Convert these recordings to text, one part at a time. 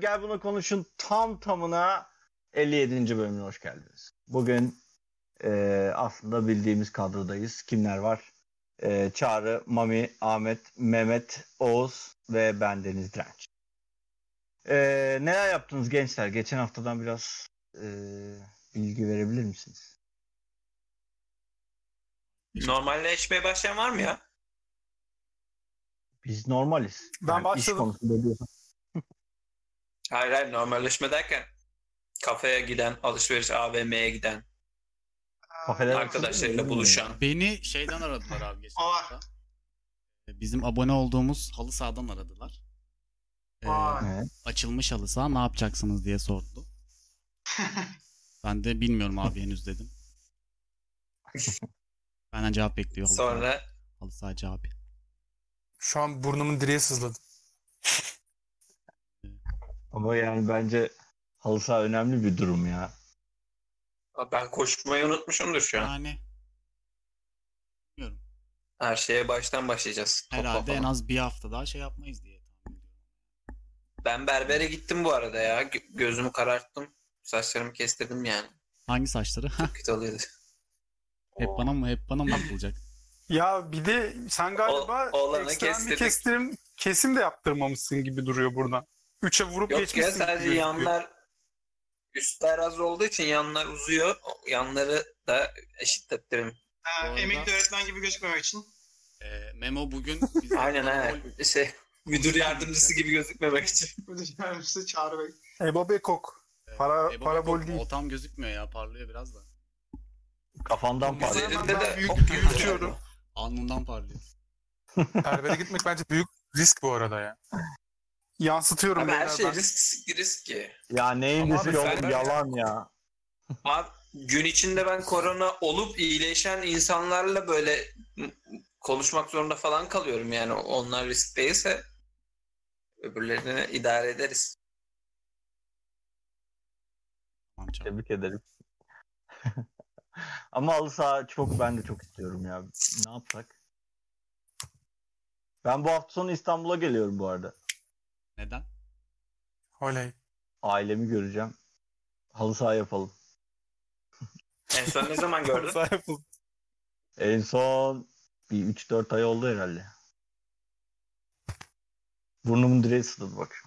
Gel Buna Konuş'un tam tamına 57. bölümüne hoş geldiniz. Bugün aslında bildiğimiz kadrodayız. Kimler var? Çağrı, Mami, Ahmet, Mehmet, Oğuz ve ben Deniz Direnç. Neler yaptınız gençler? Geçen haftadan biraz bilgi verebilir misiniz? Normalleşmeye başlayan var mı ya? Biz normaliz. Ben başladım. İş konusunda diyorsan. Hayır normalleşme derken kafeye giden, alışveriş AVM'ye giden, Kafeler arkadaşlarıyla buluşan. Beni şeyden aradılar abi geçen hafta. Bizim abone olduğumuz halı sahadan aradılar. Evet. Açılmış halı saha, ne yapacaksınız diye sordu. Ben de bilmiyorum abi henüz dedim. Benden cevap bekliyor Sonra halı sahacı abi. Şu an burnumun direği sızladı. Ama yani bence halı saha önemli bir durum ya. ben koşmayı unutmuşumdur şu an. Yani bilmiyorum. Her şeye baştan başlayacağız. Topla Herhalde falan. en az bir hafta daha şey yapmayız diye tahmin ediyorum. Ben berbere gittim bu arada ya. Gözümü kararttım. Saçlarımı kestirdim yani. Hangi saçları? Kötü oluyordu. Hep bana mı yapılacak? Ya bir de sen galiba oğlanı ekstrem bir kestirdik. kesim de yaptırmamışsın gibi duruyor buradan. 3'e vurup Yok ya geçmişsin sadece gibi yanlar, üstler az olduğu için yanlar uzuyor. Yanları da eşitlettirim. arada- Emekli öğretmen gibi gözükmemek için. Memo bugün Aynen. Müdür yardımcısı gibi gözükmemek için. Müdür yardımcısı Çağrı Bey. Ebo Bekok. Parabol değil. O tam gözükmüyor ya, parlıyor biraz da. Kafandan parlıyor. Üzerinde de Büyütüyorum. Alnından parlıyor. Berbere gitmek bence büyük risk bu arada ya. Yansıtıyorum. Abi her beyler şey ben. risk ki. Ya neyin Ama riski abi oğlum, sen- yalan ya. Abi gün içinde ben korona olup iyileşen insanlarla böyle konuşmak zorunda falan kalıyorum yani. Onlar risk değilse öbürlerini idare ederiz. Tamam, çağır. Tebrik ederim. Ama halı saha ben de çok istiyorum ya. Ne yapsak? Ben bu hafta sonu İstanbul'a geliyorum bu arada. Neden? Oley. Ailemi göreceğim. Halı saha yapalım. En son ne zaman gördün? Sağ yapalım. En son bir 3-4 ay oldu herhalde. Burnumun direği sızladı bak.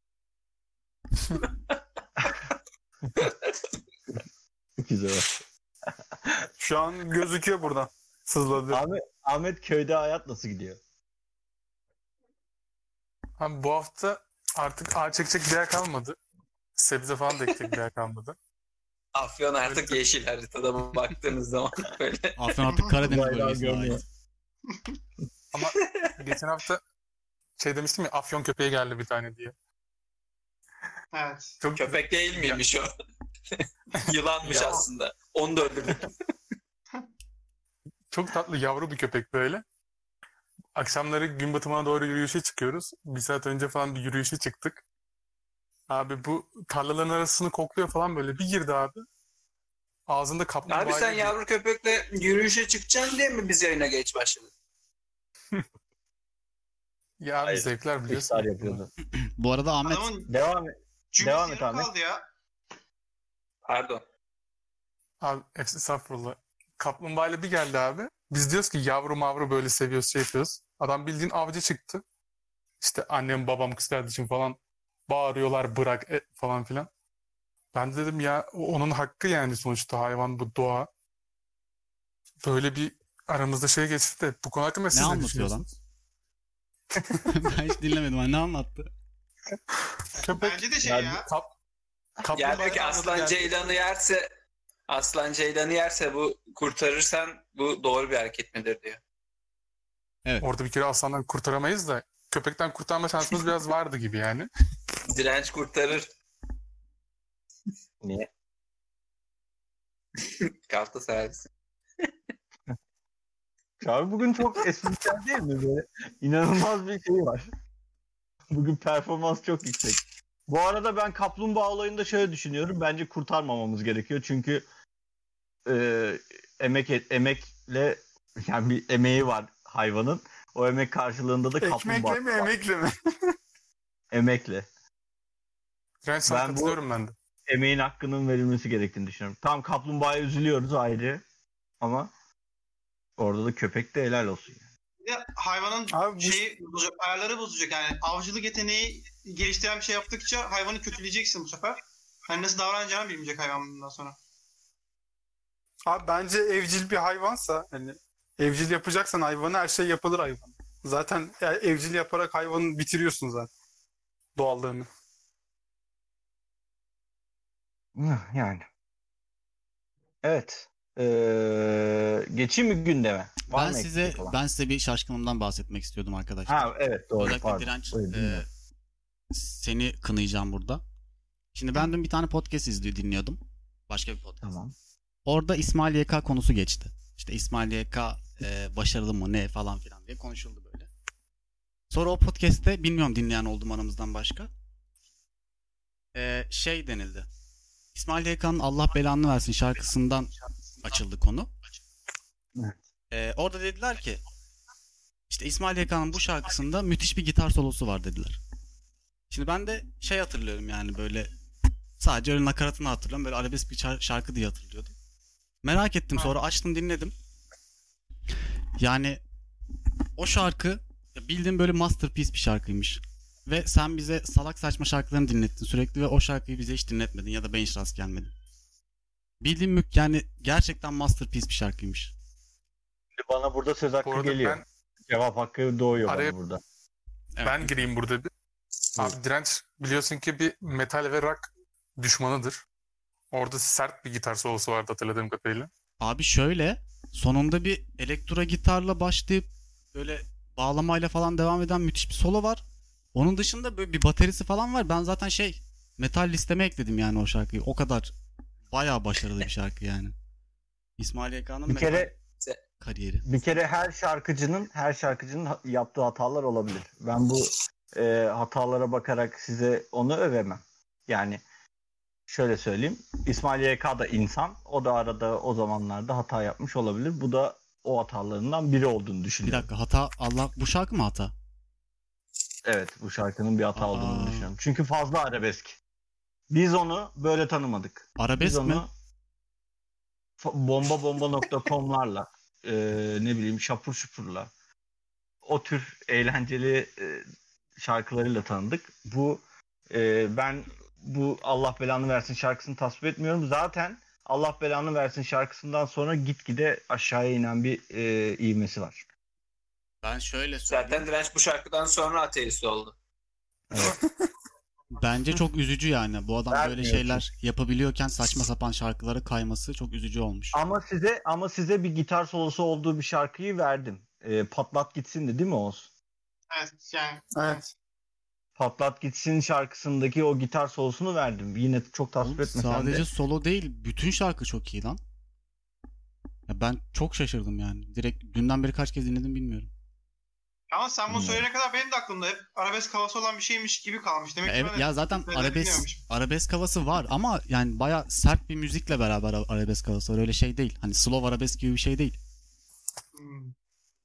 Güzel. Şu an gözüküyor buradan. Sızladı. Ahmet köyde hayat nasıl gidiyor? Abi bu hafta artık ağaç çekecek bir yer kalmadı. Sebze falan da ekecek bir yer kalmadı. Afyon artık yeşil haritada baktığınız zaman böyle. Afyon artık Karadeniz Bayrağı bölgesine görünüyor. ait. Ama geçen hafta demiştim ya, Afyon köpeği geldi bir tane diye. Evet. Çok Köpek değil miymiş o? Yılanmış Ya. aslında. Onu da öldürdük. Çok tatlı yavru bir köpek böyle. Akşamları gün batımına doğru yürüyüşe çıkıyoruz. Bir saat önce falan bir yürüyüşe çıktık. Abi bu tarlaların arasını kokluyor falan böyle. Bir girdi abi. Ağzında kaplumbağa. Abi sen yavru köpekle yürüyüşe çıkacaksın diye mi biz yayına geç başladın? Ya abi Hayır. zevkler biliyorsun. İftar yapıyordu. Bu arada Ahmet, Adamın Devam et. cümlesi Devam et yarım Ahmet. kaldı ya. Pardon. Abi estağfurullah. Kaplumbağayla bir geldi abi. Biz diyoruz ki yavru mavru böyle seviyoruz, şey yapıyoruz. Adam bildiğin avcı çıktı. İşte annem babam kız kardeşim falan bağırıyorlar, bırak falan filan. Ben de dedim ya onun hakkı yani, sonuçta hayvan, bu doğa. Böyle bir aramızda şey geçti de bu konu hakkında siz ne ne anlatıyor lan? düşünüyorsunuz? Ben hiç dinlemedim. Ha, ne anlattı? Köpek Bence de şey Yani- ya. Ya diyor ki kaplumbağayı aslan geldi. ceylanı yerse bu kurtarırsan bu doğru bir hareket midir diyor. Orada bir kere aslandan kurtaramayız da köpekten kurtarma şansımız biraz vardı gibi yani. Direnç kurtarır. Niye? Galatasaraylısı. Çağrı bugün çok espritsel değil mi böyle? İnanılmaz bir şey var. Bugün performans çok yüksek. Bu arada ben kaplumbağa olayında şöyle düşünüyorum. Bence kurtarmamamız gerekiyor. Çünkü emekle yani bir emeği var hayvanın. O emek karşılığında da kaplumbağa. Ekmekle mi emekle mi? Emekle. Direnç sana Ben bu- katılıyorum ben de. Emeğin hakkının verilmesi gerektiğini düşünüyorum. Tam kaplumbağaya üzülüyoruz ayrı ama orada da köpek de helal olsun. Yani. Bir de hayvanın Abi bu- şeyi bozacak, ayarları bozacak yani. Avcılık yeteneği geliştiren bir şey yaptıkça hayvanı kötüleyeceksin bu sefer. Hani nasıl davranacağını bilmeyecek hayvan bundan sonra. Abi bence evcil bir hayvansa hani evcil yapacaksan hayvanı her şey yapılır hayvan. Zaten evcil yaparak hayvanı bitiriyorsun zaten. Doğallığını. Yani. Evet. Geçeyim mi gündeme? Var mı ekleyecek olan? Ben size bir şaşkınlığımdan bahsetmek istiyordum arkadaşlar. Ha evet doğru. Özellikle Pardon. Direnç, Buyurun, dinliyorum. seni kınayacağım burada. Şimdi ben dün bir tane podcast dinliyordum. Başka bir podcast. Tamam. Orada İsmail YK konusu geçti. İşte İsmail YK başarılı mı ne falan filan diye konuşuldu böyle. Sonra o podcast'te bilmiyorum dinleyen oldu mu aramızdan başka. Şey denildi. İsmail YK'nın Allah belanı versin şarkısından açıldı konu. Orada dediler ki işte İsmail YK'nın bu şarkısında müthiş bir gitar solosu var dediler. Şimdi ben de şey hatırlıyorum yani böyle sadece öyle nakaratını hatırlıyorum. Böyle arabesk bir şarkı diye hatırlıyordum. Merak ettim sonra açtım dinledim. Yani o şarkı bildiğin böyle masterpiece bir şarkıymış. Ve sen bize salak saçma şarkılarını dinlettin sürekli ve o şarkıyı bize hiç dinletmedin ya da ben hiç rast gelmedim. Bildiğin yani gerçekten masterpiece bir şarkıymış. Şimdi bana burada söz Bu hakkı arada geliyor. ben Cevap hakkı doğuyor Araya- bana burada. Evet. ben gireyim burada bir. Abi Direnç biliyorsun ki bir metal ve rock düşmanıdır. Orada sert bir gitar solosu vardı hatırladığım kadarıyla. Abi şöyle sonunda bir elektro gitarla başlayıp böyle bağlamayla falan devam eden müthiş bir solo var. Onun dışında böyle bir baterisi falan var. Ben zaten metal listeme ekledim yani o şarkıyı. O kadar bayağı başarılı bir şarkı yani. İsmail YK'nın Bir metal kere kariyeri. her şarkıcının yaptığı hatalar olabilir. Ben bu hatalara bakarak size onu övemem. Yani şöyle söyleyeyim. İsmail YK da insan. O da arada o zamanlarda hata yapmış olabilir. Bu da o hatalarından biri olduğunu Bir düşünüyorum. dakika bu şarkı mı hata? Evet bu şarkının bir hata olduğunu Aa. düşünüyorum. Çünkü fazla arabesk. Biz onu böyle tanımadık. Arabesk Biz mi? onu bombabomba.com'larla ne bileyim şapur şupurla o tür eğlenceli şarkılarıyla tanıdık. Ben bu Allah belanı versin şarkısını tasvip etmiyorum. Zaten Allah belanı versin şarkısından sonra gitgide aşağıya inen bir ivmesi var. Ben şöyle söyleyeyim. Zaten Direnç bu şarkıdan sonra ateist oldu. Bence çok üzücü yani. Bu adam böyle Vermiyor şeyler yapabiliyorken saçma sapan şarkılara kayması çok üzücü olmuş. Ama size bir gitar solosu olduğu bir şarkıyı verdim. Patlat gitsin de değil mi Oğuz? Evet yani. Evet. Patlat Gitsin şarkısındaki o gitar solosunu verdim. Yine çok tasvip Oğlum, etmesem sadece de. solo değil, bütün şarkı çok iyi lan. Ya ben çok şaşırdım yani. Direkt dünden beri kaç kez dinledim bilmiyorum. Ama sen bunu Hmm. söyleyene kadar benim de aklımda hep arabesk havası olan bir şeymiş gibi kalmış. Demek Ya, ki evet, ben de ya zaten böyle dinliyormuşum. arabesk havası var ama yani baya sert bir müzikle beraber arabesk havası var. Öyle şey değil. Hani slow arabesk gibi bir şey değil. Hmm.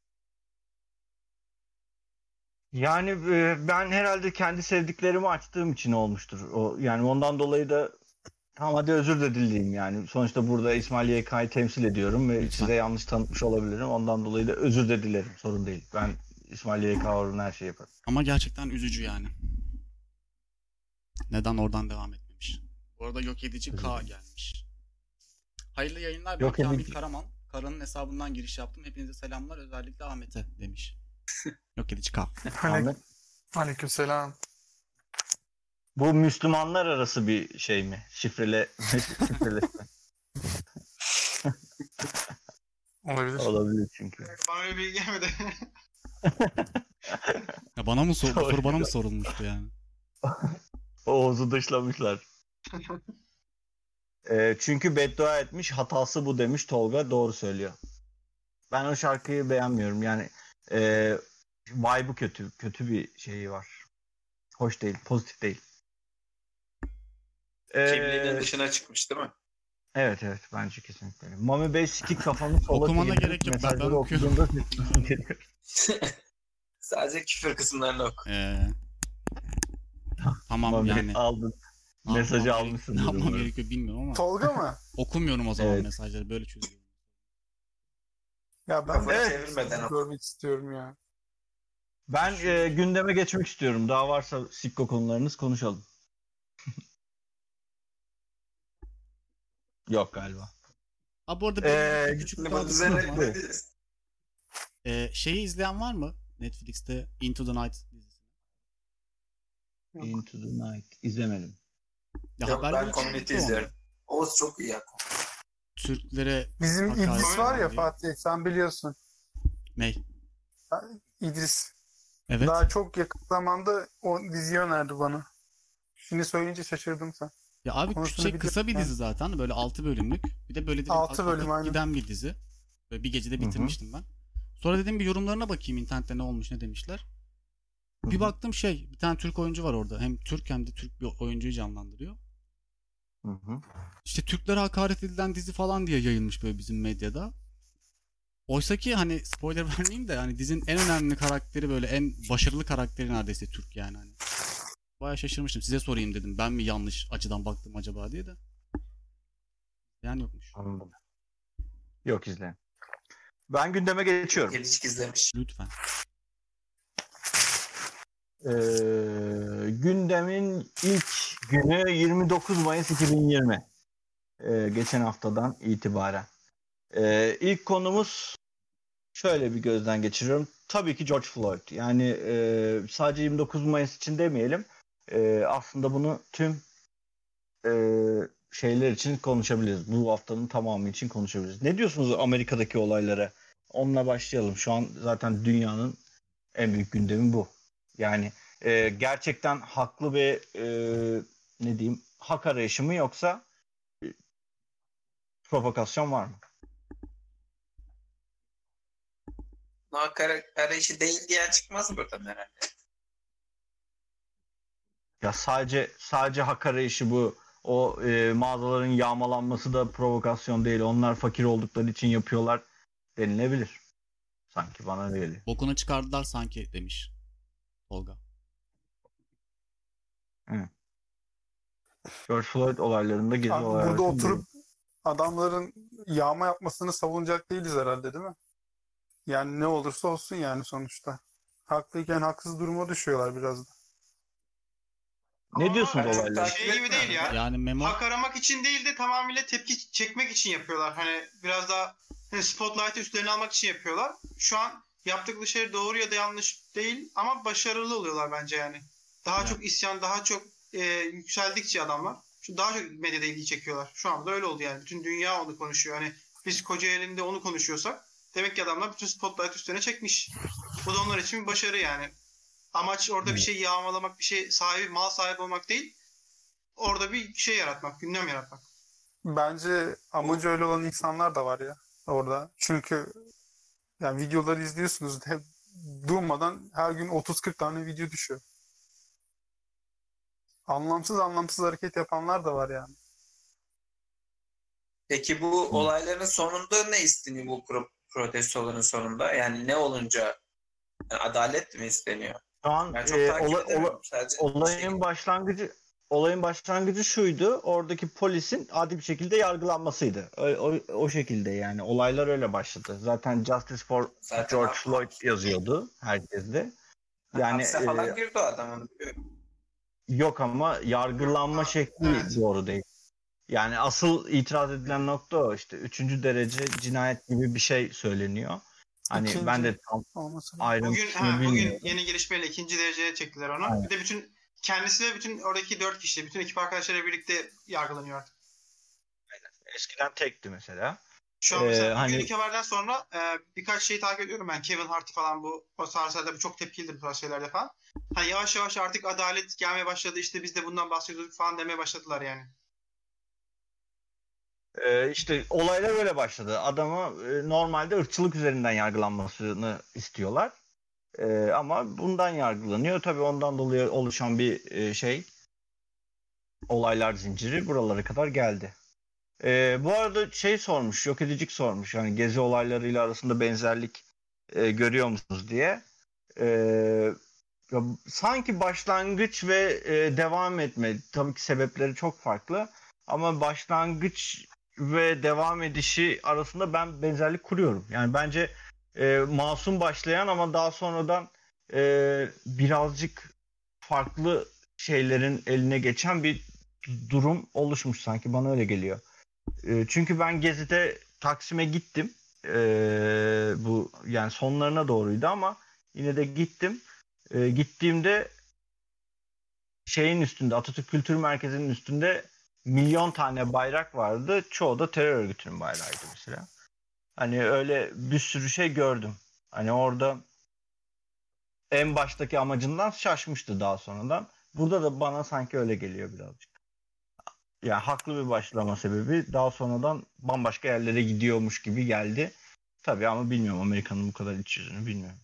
Yani ben herhalde kendi sevdiklerimi açtığım için olmuştur. Yani ondan dolayı da tamam hadi özür de dileyim yani. Sonuçta burada İsmail YK'yı temsil ediyorum ve Lütfen. size yanlış tanıtmış olabilirim. Ondan dolayı da özür de dilerim. Sorun değil. Ben İsmail YK uğruna her şeyi yaparım. Ama gerçekten üzücü yani. Neden oradan devam etmemiş? Bu arada Yok Edici K gelmiş. Hayırlı yayınlar. Ben Yok Kamil Edici. Karaman. Kara'nın hesabından giriş yaptım. Hepinize selamlar. Özellikle Ahmet'e demiş. Yok Edici K. Ahmet, Aleykümselam. bu Müslümanlar arası bir şey mi? Şifreleşme. Olabilir. Olabilir çünkü. Bana öyle bilgi gelmedi. Ya bana mı bu Doğru. soru bana mı sorulmuştu yani? Oğuz'u dışlamışlar. Çünkü beddua etmiş, hatası bu demiş Tolga. Doğru söylüyor. Ben o şarkıyı beğenmiyorum. Yani vibe'ı kötü. Kötü bir şeyi var. Hoş değil, pozitif değil. Kimliğinin dışına çıkmış değil mi? Evet bence kesinlikle. öyle. Mami Bey sikik kafanı sola Okumana çevirip gerek yok, ben mesajları okuyorum. okuduğunda sesin geliyor. Sadece küfür kısımlarını oku. Tamam Mami yani. aldın. Mesajı Ne almışsındır yapmam umarım. gerekiyor bilmiyorum ama Tolga mı? okumuyorum o zaman Evet. mesajları, böyle çözüyorum. Ya ben Kafanı Evet. çevirmeden o. görmek istiyorum ya. Ben gündeme geçmek istiyorum. Daha varsa sikko konularınız konuşalım. Yok galiba. Ha bu arada bir küçük Şimdi daha bu bir üzerine konu var. ne diyeceğiz? Şeyi izleyen var mı? Netflix'te Into the Night dizisi. Into the Night. İzlemedim. Ya Yok, haberleri ben çıktı Community onu. izliyorum. Oğuz çok iyi ya. Türklere Bizim hakaret İdris var ya ediyor. Fatih, sen biliyorsun. Ney? İdris. Evet. Daha çok yakın zamanda o diziyi önerdi bana. Şimdi söyleyince şaşırdım sen. Ya abi Konusunu kısa bir biliyorum dizi zaten. Böyle 6 bölümlük. Bir de böyle dedim 6 bölüm, akıp aynen. giden bir dizi. Böyle bir gecede bitirmiştim ben. Sonra dedim bir yorumlarına bakayım internette ne olmuş ne demişler. Bir baktım bir tane Türk oyuncu var orada. Hem Türk hem de Türk bir oyuncuyu canlandırıyor. Hı hı. İşte Türklere hakaret edilen dizi falan diye yayılmış böyle bizim medyada. Oysa ki hani spoiler vermeyeyim de hani dizinin en önemli karakteri, böyle en başarılı karakteri neredeyse Türk yani hani. Bayağı şaşırmıştım. Size sorayım dedim. Ben mi yanlış açıdan baktım acaba diye de. Yani yokmuş. Anladım. Yok izleyen. Ben gündeme geçiyorum. Geliş izlemiş. Lütfen. Gündemin ilk günü 29 Mayıs 2020. Geçen haftadan itibaren. İlk konumuz şöyle bir gözden geçiriyorum. Tabii ki George Floyd. Yani sadece 29 Mayıs için demeyelim. Aslında bunu tüm şeyler için konuşabiliriz. Bu haftanın tamamı için konuşabiliriz. Ne diyorsunuz Amerika'daki olaylara? Onunla başlayalım. Şu an zaten dünyanın en büyük gündemi bu. Yani gerçekten haklı ve ne diyeyim, hak arayışı mı yoksa provokasyon var mı? Ama arayışı değil diye çıkmaz buradan herhalde. Ya sadece hak arayışı bu. O mağazaların yağmalanması da provokasyon değil. Onlar fakir oldukları için yapıyorlar denilebilir. Sanki bana öyle geliyor. Bokunu çıkardılar sanki demiş Tolga. George Floyd olaylarında gezi Abi olayları. burada oturup adamların yağma yapmasını savunacak değiliz herhalde, değil mi? Yani ne olursa olsun yani sonuçta. Haklıyken haksız duruma düşüyorlar biraz da. Ne diyorsunuz ben çok olaylara? takip Şey gibi değil ya. Yani Memo Hak aramak için değil de tamamıyla tepki çekmek için yapıyorlar. Hani biraz daha spotlight'ı üstlerine almak için yapıyorlar. Şu an yaptıkları şey doğru ya da yanlış değil ama başarılı oluyorlar bence yani. Daha Evet. çok isyan, daha çok yükseldikçe adamlar daha çok medyada ilgi çekiyorlar. Şu anda öyle oldu yani. Bütün dünya onu konuşuyor. Hani biz Kocaeli'nde onu konuşuyorsak demek ki adamlar bütün spotlight üstlerine çekmiş. Bu da onlar için bir başarı yani. Amaç orada bir şey yağmalamak, bir şey sahibi, mal sahibi olmak değil. Orada bir şey yaratmak, gündem yaratmak. Bence amacı öyle olan insanlar da var ya orada. Çünkü yani videoları izliyorsunuz, hep durmadan her gün 30-40 tane video düşüyor. Anlamsız hareket yapanlar da var yani. Peki bu olayların sonunda ne isteniyor bu protestoların sonunda? Yani ne olunca adalet mi isteniyor? Şu an Ben çok takip edemiyorum. Sadece olayın başlangıcı şuydu. Oradaki polisin adil bir şekilde yargılanmasıydı. O şekilde yani. Olaylar öyle başladı. Zaten Justice for Zaten George Floyd yazıyordu herkeste. Yani hapse falan girdi o adamın. yok ama yargılanma şekli doğru değil. Yani asıl itiraz edilen nokta o. İşte 3. derece cinayet gibi bir şey söyleniyor. Hani İkinci ben de tam olması. ayrıntısını Bugün bilmiyorum. yeni gelişmeyle 2. dereceye çektiler onu. Aynen. Bir de bütün kendisi ve bütün oradaki 4 kişi, bütün ekip arkadaşlarıyla birlikte yargılanıyor artık. Eskiden tekti mesela. Şu an mesela hani- bugün ilk haberden sonra birkaç şeyi takip ediyorum ben. Kevin Hart'ı falan o tarzlarda bu çok tepkilidir bu tarz şeylerde falan. Hani yavaş yavaş artık adalet gelmeye başladı. İşte biz de bundan bahsediyorduk falan demeye başladılar yani. İşte olaylar öyle başladı. Adamı normalde ırkçılık üzerinden yargılanmasını istiyorlar. Ama bundan yargılanıyor. Tabii ondan dolayı oluşan bir olaylar zinciri buralara kadar geldi. Bu arada sormuş, Yok Edicik sormuş. Yani gezi olaylarıyla arasında benzerlik görüyor musunuz diye. Ya, sanki başlangıç ve devam etme, tabii ki sebepleri çok farklı ama başlangıç ve devam edişi arasında ben benzerlik kuruyorum. Yani bence masum başlayan ama daha sonradan birazcık farklı şeylerin eline geçen bir durum oluşmuş, sanki bana öyle geliyor. Çünkü ben Gezi'de Taksim'e gittim. Bu yani sonlarına doğruydu ama yine de gittim. Gittiğimde şeyin üstünde, Atatürk Kültür Merkezi'nin üstünde milyon tane bayrak vardı. Çoğu da terör örgütünün bayrağıydı mesela. Hani öyle bir sürü şey gördüm. Hani orada en baştaki amacından şaşmıştı daha sonradan. Burada da bana sanki öyle geliyor birazcık. Yani haklı bir başlama sebebi, daha sonradan bambaşka yerlere gidiyormuş gibi geldi. Tabii ama bilmiyorum, Amerika'nın bu kadar iç yüzünü bilmiyorum.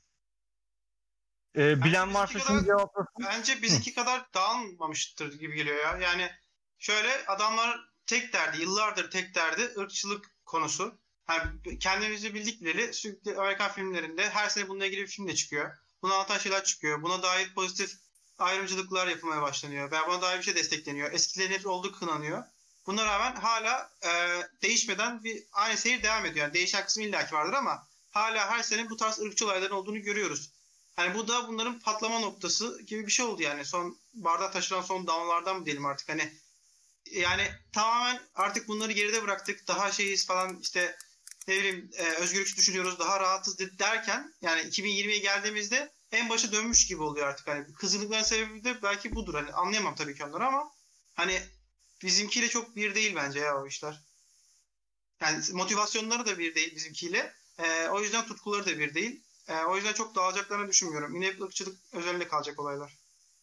Bilen varsa şimdi cevaplasın. Bence bizimki kadar dağılmamıştır gibi geliyor ya. Yani şöyle, adamlar tek derdi, yıllardır tek derdi ırkçılık konusu. Yani kendimizi bildik bileli sürekli Amerikan filmlerinde her sene bununla ilgili bir film de çıkıyor. Bunu anlatan şeyler çıkıyor. Buna dair pozitif ayrımcılıklar yapılmaya başlanıyor. Veya buna dair bir şey destekleniyor. Eskilerin hep olduğu kınanıyor. Buna rağmen hala değişmeden aynı seyir devam ediyor. Yani değişen kısmı illaki vardır ama hala her sene bu tarz ırkçı olayların olduğunu görüyoruz. Yani bu da bunların patlama noktası gibi bir şey oldu yani. Son bardağa taşıran son damlalardan mı diyelim artık, hani yani tamamen artık bunları geride bıraktık. Daha şeyiz falan, işte ne bileyim, özgürlükçü düşünüyoruz, daha rahatız derken yani 2020'ye geldiğimizde en başa dönmüş gibi oluyor artık. Hani kızgınlıkların sebebi de belki budur. Hani anlayamam tabii ki onları ama hani bizimkiyle çok bir değil bence ya o işler. Yani motivasyonları da bir değil bizimkiyle. O yüzden tutkuları da bir değil. O yüzden çok dağılacaklarını düşünmüyorum. Yine ırkçılık özelinde kalacak olaylar.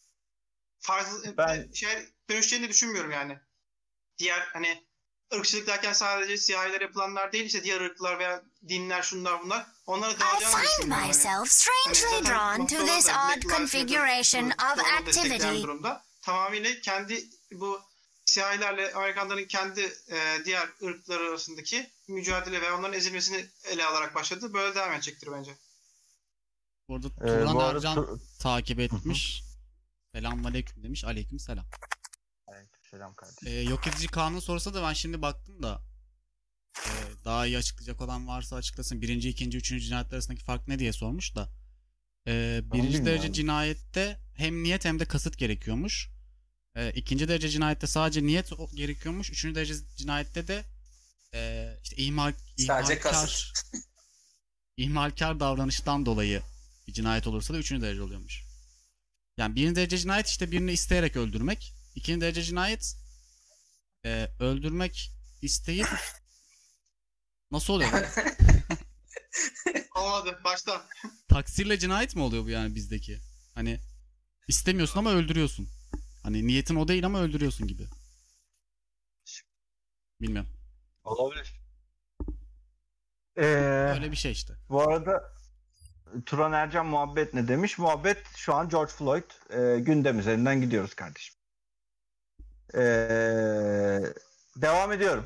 Ben Dönüşeceğini düşünmüyorum yani. Diğer hani ırkçılık derken sadece siyahiler yapılanlar değil, işte diğer ırklar veya dinler, şunlar bunlar. Onlara I dağılacağını find düşünmüyorum. myself strangely drawn to this odd configuration of activity. Durumda. Tamamıyla kendi bu siyahilerle Amerikanların kendi diğer ırklar arasındaki mücadele ve onların ezilmesini ele alarak başladı. Böyle devam edecektir bence. Burada Turan bu arada Ercan takip etmiş. Selamünaleyküm demiş. Aleykümselam. Selam kardeşim. Yok edici kanun sorusu da ben şimdi baktım da daha iyi açıklayacak olan varsa açıklasın. Birinci, ikinci, üçüncü cinayetler arasındaki fark ne diye sormuş da. Birinci derece cinayette hem niyet hem de kasıt gerekiyormuş. İkinci derece cinayette sadece niyet gerekiyormuş. Üçüncü derece cinayette de işte Sadece kasıt. ihmalkar davranıştan dolayı bir cinayet olursa da üçüncü derece oluyormuş. Yani birinci derece cinayet işte birini isteyerek öldürmek. İkinci derece cinayet öldürmek isteyip nasıl oluyor bu? Olmadı. Baştan. Taksirle cinayet mi oluyor bu yani bizdeki? Hani istemiyorsun ama öldürüyorsun. Hani niyetin o değil ama öldürüyorsun gibi. Bilmiyorum. Olabilir. Öyle bir şey işte. Bu arada Turan Ercan muhabbet ne demiş? Muhabbet şu an George Floyd. Gündem üzerinden gidiyoruz kardeşim. Devam ediyorum.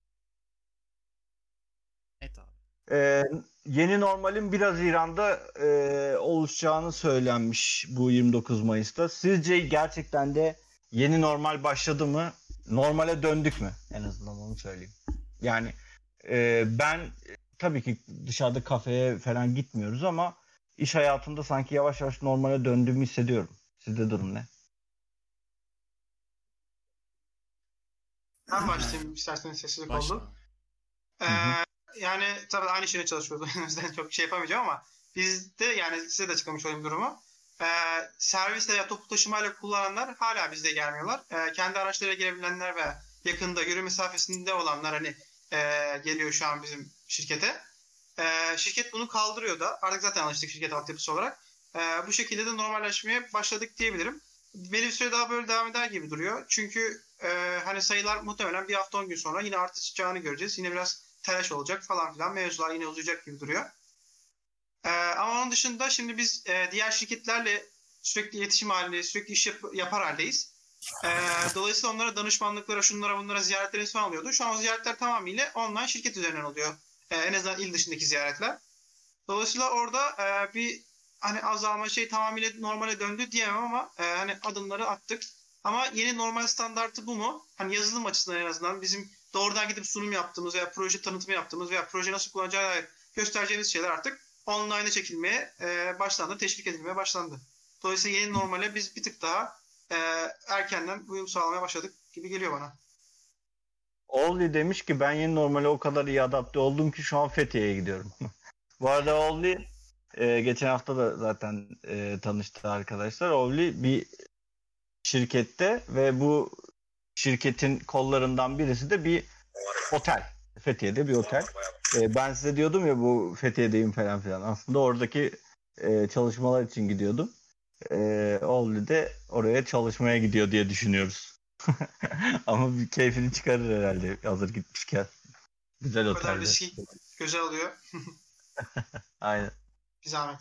Evet abi. Yeni normalin 1 Haziran'da oluşacağını söylenmiş bu 29 Mayıs'ta. Sizce gerçekten de yeni normal başladı mı? Normale döndük mü? En azından onu söyleyeyim. Yani ben tabii ki dışarıda kafeye falan gitmiyoruz ama iş hayatında sanki yavaş yavaş normale döndüğümü hissediyorum. Sizde durum ne? Ben başlayayım isterseniz, sessizlik Başla. oldu. Yani tabii aynı şeyle çalışıyoruz. O yüzden çok şey yapamayacağım ama bizde, yani size de açıklamış olayım durumu. Servisle ya toplu taşımayla kullananlar hala bizde gelmiyorlar. Kendi araçlarıyla gelebilenler ve yakında yürü mesafesinde olanlar hani geliyor şu an bizim şirkete. Şirket bunu kaldırıyor da, artık zaten alıştık şirket altyapısı olarak. Bu şekilde de normalleşmeye başladık diyebilirim. Belli bir süre daha böyle devam eder gibi duruyor. Çünkü hani sayılar muhtemelen bir hafta 10 gün sonra yine artacağını göreceğiz. Yine biraz telaş olacak falan filan. Mevzular yine uzayacak gibi duruyor. Ama onun dışında şimdi biz diğer şirketlerle sürekli iletişim halinde, sürekli iş yapar haldeyiz. Dolayısıyla onlara danışmanlıklara, şunlara bunlara ziyaretlerimiz falan oluyordu. Şu an o ziyaretler tamamıyla online şirket üzerinden oluyor. En azından il dışındaki ziyaretler. Dolayısıyla orada bir hani azalma tamamıyla normale döndü diyemem ama hani adımları attık. Ama yeni normal standartı bu mu? Hani yazılım açısından en azından bizim doğrudan gidip sunum yaptığımız veya proje tanıtımı yaptığımız veya proje nasıl kullanacağı dair göstereceğimiz şeyler artık online'a çekilmeye başlandı, teşvik edilmeye başlandı. Dolayısıyla yeni normale biz bir tık daha erkenden uyum sağlamaya başladık gibi geliyor bana. Olli demiş ki ben yeni normale o kadar iyi adapte oldum ki şu an Fethiye'ye gidiyorum. Bu arada Olli geçen hafta da zaten tanıştı arkadaşlar. Olli bir şirkette ve bu şirketin kollarından birisi de bir otel. Fethiye'de bir otel. Ben size diyordum ya bu Fethiye'deyim falan filan. Aslında oradaki çalışmalar için gidiyordum. Olli de oraya çalışmaya gidiyor diye düşünüyoruz. Ama bir keyfini çıkarır herhalde hazır gitmişken. Güzel O kadar otelde. riski göze alıyor. Aynen. Bir zahmet.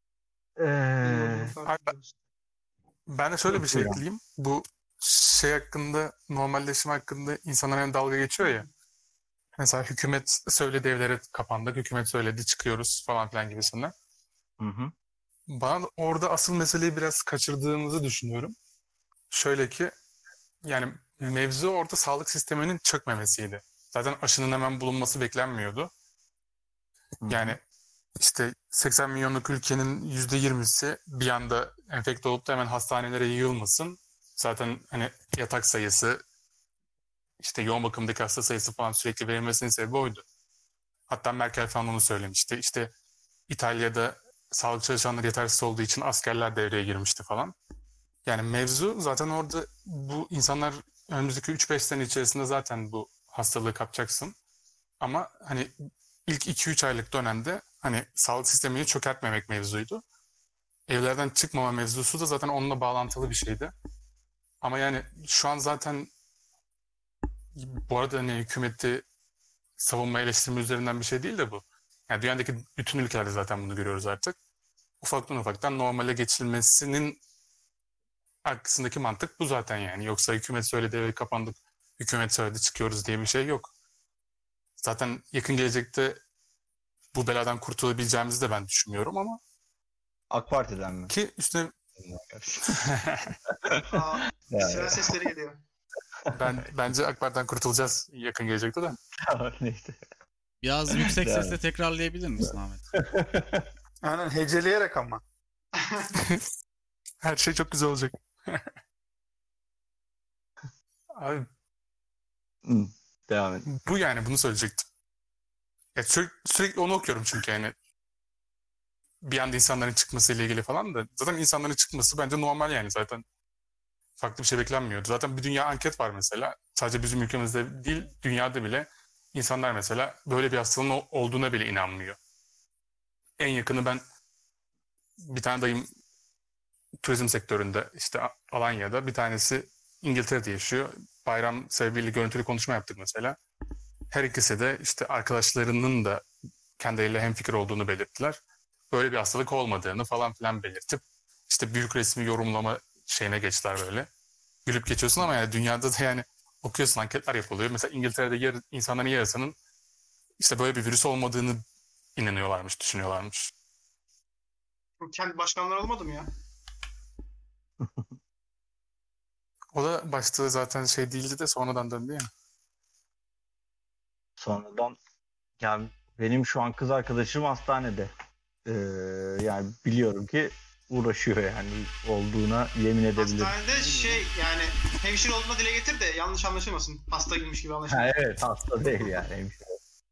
Ben de şöyle bir şey Buyurun. ekleyeyim. Bu şey hakkında, normalleşme hakkında insanlar hani dalga geçiyor ya. Mesela hükümet söyledi evlere kapandık, hükümet söyledi çıkıyoruz falan filan gibisinden. Hı hı. Ben orada asıl meseleyi biraz kaçırdığımızı düşünüyorum. Şöyle ki yani mevzu orada sağlık sisteminin çökmemesiydi. Zaten aşının hemen bulunması beklenmiyordu. Hı hı. Yani işte 80 milyonluk ülkenin %20'si bir anda enfekte olup da hemen hastanelere yığılmasın. Zaten hani yatak sayısı, işte yoğun bakımdaki hasta sayısı falan sürekli verilmesinin sebebi oydu. Hatta Merkel falan onu söylemişti. İşte İtalya'da sağlık çalışanları yetersiz olduğu için askerler devreye girmişti falan. Yani mevzu zaten orada bu insanlar önümüzdeki 3-5 sene içerisinde zaten bu hastalığı kapacaksın. Ama hani ilk 2-3 aylık dönemde hani sağlık sistemini çökertmemek mevzuydu. Evlerden çıkmama mevzusu da zaten onunla bağlantılı bir şeydi. Ama yani şu an zaten bu arada hani hükümeti savunma eleştirme üzerinden bir şey değil de bu. Yani dünyadaki bütün ülkelerde zaten bunu görüyoruz artık. Ufaktan normale geçilmesinin arkasındaki mantık bu zaten yani. Yoksa hükümet söyledi eve kapandık, hükümet söyledi çıkıyoruz diye bir şey yok. Zaten yakın gelecekte bu beladan kurtulabileceğimizi de ben düşünmüyorum ama AK Parti'den mi? ki üstüne Silah sesleri geliyor. bence AK Parti'den kurtulacağız yakın gelecekte de. Neyse. Biraz yüksek Yani. sesle tekrarlayabilir misin Ahmet? Aynen heceleyerek ama. Her şey çok güzel olacak. Abi Hı, devam et. bu yani bunu söyleyecektim. Ya sürekli onu okuyorum çünkü yani bir anda insanların çıkması ile ilgili falan da zaten insanların çıkması bence normal yani zaten farklı bir şey beklenmiyordu. Zaten bir dünya anket var mesela. Sadece bizim ülkemizde değil dünyada bile insanlar mesela böyle bir hastalığın olduğuna bile inanmıyor. En yakını ben bir tane dayım turizm sektöründe işte Alanya'da bir tanesi İngiltere'de yaşıyor. Bayram sebebiyle görüntülü konuşma yaptık mesela. Her ikisi de işte arkadaşlarının da kendileriyle hemfikir olduğunu belirttiler. Böyle bir hastalık olmadığını falan filan belirtip işte büyük resmi yorumlama şeyine geçtiler böyle. Gülüp geçiyorsun ama yani dünyada da yani okuyorsun anketler yapılıyor. Mesela İngiltere'de insanların yarısının işte böyle bir virüs olmadığını inanıyorlarmış, düşünüyorlarmış. Kendi başkanlar olmadı mı ya? O da başta zaten şey değildi de sonradan döndü ya. Sonradan yani benim şu an kız arkadaşım hastanede. Yani biliyorum ki uğraşıyor yani olduğuna yemin edebilirim. Hastanede yani hemşire olduğuna dile getir de yanlış anlaşılmasın. Hasta girmiş gibi anlaşılmasın. Ha, evet hasta değil yani hemşire.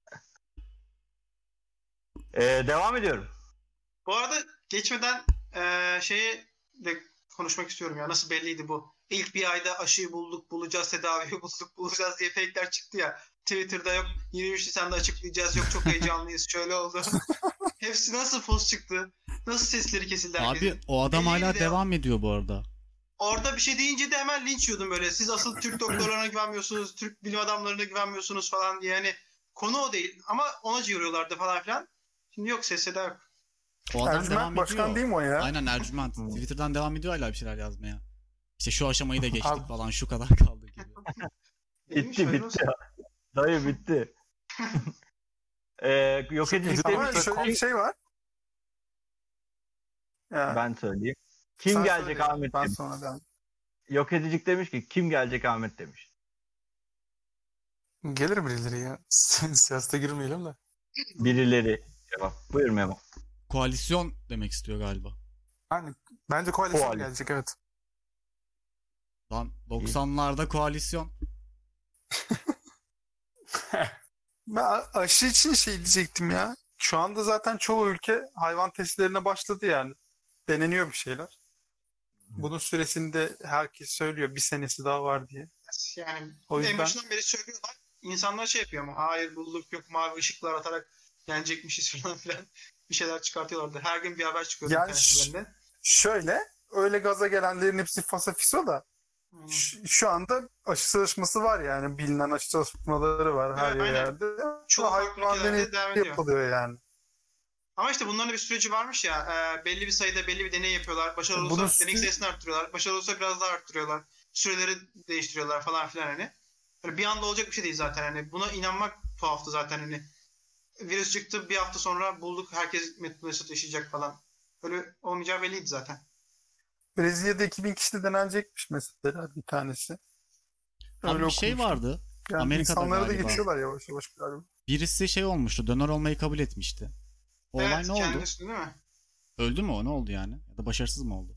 Devam ediyorum. Bu arada geçmeden şeyi de konuşmak istiyorum ya. Nasıl belliydi bu? İlk bir ayda aşıyı bulduk, bulacağız, tedaviyi bulduk, bulacağız diye fake'ler çıktı ya. Twitter'da yok 23 Nisan'da açıklayacağız, yok çok heyecanlıyız, şöyle oldu. Hepsi nasıl post çıktı? Nasıl sesleri kesildi herkesin? Abi o adam Belliydi hala de devam ediyor bu arada. Orada bir şey deyince de hemen linç yiyordum böyle. Siz asıl Türk doktorlarına güvenmiyorsunuz, Türk bilim adamlarına güvenmiyorsunuz falan diye. Yani konu o değil ama ona cıyırıyorlardı falan filan. Şimdi yok, sesi de yok. O adam Ercüment devam Başkan ediyor. değil mi o ya? Aynen Ercüment. Twitter'dan devam ediyor hala bir şeyler yazmaya. İşte şu aşamayı da geçtik Abi. falan şu kadar kaldı gibi. Neymiş, Bitti hayırlı bitti. olsun. Dayı bitti. Yok edildikleri Ama bir şey. şöyle bir şey var. Ya, Ben söyleyeyim. Kim sen gelecek söyle, Ahmet ben demiş. sonra devam. Yok edicik demiş ki kim gelecek Ahmet demiş. Gelir birileri ya. Siyasete girmeyelim de. Birileri cevap. Buyur Memo. Koalisyon demek istiyor galiba. Yani bence koalisyon Koalisyon. gelecek, evet. Lan 90'larda koalisyon. Ben aşı için şey diyecektim ya. Şu anda zaten çoğu ülke hayvan testlerine başladı yani. Deneniyor bir şeyler. Bunun süresinde herkes söylüyor bir senesi daha var diye. Yani O en yüzden başından beri söylüyorlar. İnsanlar şey yapıyor ama hayır bulduk yok mavi ışıklar atarak yenecekmişiz falan filan. Bir şeyler çıkartıyorlardı. Her gün bir haber çıkıyordu Yani internet. şöyle öyle gaza gelenlerin hepsi fasafiso da Hmm. şu anda aşı çalışması var yani. Bilinen aşı çalışmaları var her Evet, aynen. yerde. Çoğu farklı Hayvan ülkelerde deneyi devam ediyor. yapılıyor yani. Ama işte bunların da bir süreci varmış ya. Belli bir sayıda belli bir deney yapıyorlar. Başarılı Bunun olursa deney sü- sayısını arttırıyorlar. Başarılı olursa biraz daha arttırıyorlar. Süreleri değiştiriyorlar falan filan hani. Böyle bir anda olacak bir şey değil zaten hani. Buna inanmak tuhaftı zaten hani. Virüs çıktı bir hafta sonra bulduk herkes Mesut yaşayacak falan. Öyle olmayacağı belliydi zaten. Brezilya'da 2000 kişide denenecekmiş mesela bir tanesi. Abi bir şey okumuştum. vardı. Yani Amerika'da insanlara da galiba. geçiyorlar yavaş yavaş galiba. Birisi şey olmuştu. Döner olmayı kabul etmişti. O olay Evet ne oldu? kendisi değil mi? Öldü mü o? Ne oldu yani? Ya da başarısız mı oldu?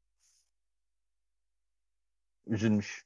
Üzülmüş.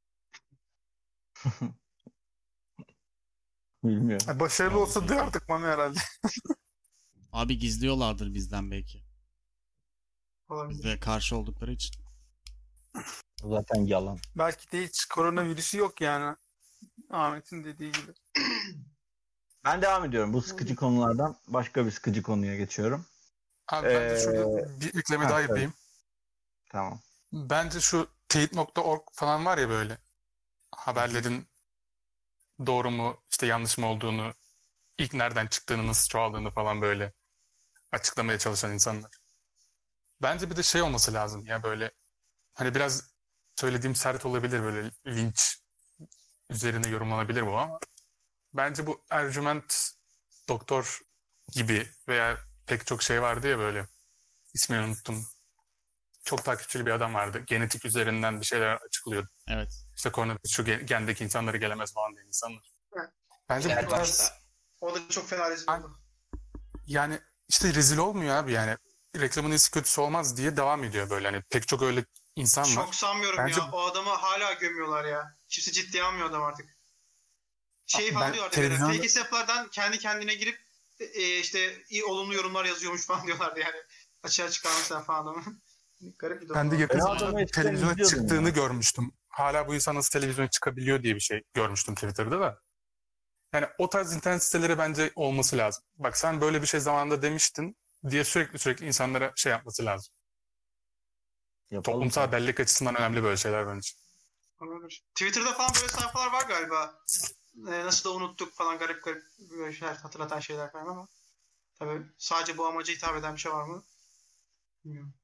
Bilmiyorum. Başarılı olsa duyardık Mami herhalde. Abi gizliyorlardır bizden belki. Olabilir. Bize karşı oldukları için. Zaten yalan. Belki de hiç koronavirüsü yok yani. Ahmet'in dediği gibi. Ben devam ediyorum. Bu sıkıcı konulardan başka bir sıkıcı konuya geçiyorum. Abi bence şurada bir ekleme daha evet. yapayım. Tamam. Bence şu teyit.org falan var ya böyle. Haberlerin doğru mu işte yanlış mı olduğunu, ilk nereden çıktığını, nasıl çoğaldığını falan böyle açıklamaya çalışan insanlar. Bence bir de şey olması lazım ya böyle hani biraz söylediğim sert olabilir böyle linç üzerine yorumlanabilir bu ama bence bu Ercüment Doktor gibi veya pek çok şey vardı ya böyle ismini unuttum. Çok takipçili bir adam vardı. Genetik üzerinden bir şeyler açıklıyordu. Evet. İşte koronavirüs şu gendeki insanları gelemez falan diye insanlar. Evet. Bence bu Gel tarz başta. O da çok fena rezil oldu. yani işte rezil olmuyor abi yani reklamın iyisi kötüsü olmaz diye devam ediyor böyle hani pek çok öyle insan var. Çok sanmıyorum Bence- ya. O adamı hala gömüyorlar ya. Kimse ciddiye almıyor adam artık. Şey Ben falan diyorlardı böyle. televizyonda- Fake hesaplardan kendi kendine girip işte iyi olumlu yorumlar yazıyormuş falan diyorlardı yani. Açığa çıkarmışlar falan adamı. Garip bir durum. Ben de yakın Ben adamı zamanda eskiden televizyona izliyordum çıktığını ya. görmüştüm. Hala bu insan nasıl televizyona çıkabiliyor diye bir şey görmüştüm Twitter'da da. Yani o tarz internet siteleri bence olması lazım. Bak sen böyle bir şey zamanında demiştin diye sürekli insanlara şey yapması lazım. Yapalım. Toplumsal bellek açısından önemli böyle şeyler bence. Olabilir. Twitter'da falan böyle sayfalar var galiba. Nasıl da unuttuk falan garip böyle şeyler hatırlatan şeyler falan ama tabii sadece bu amaca hitap eden bir şey var mı? Bilmiyorum.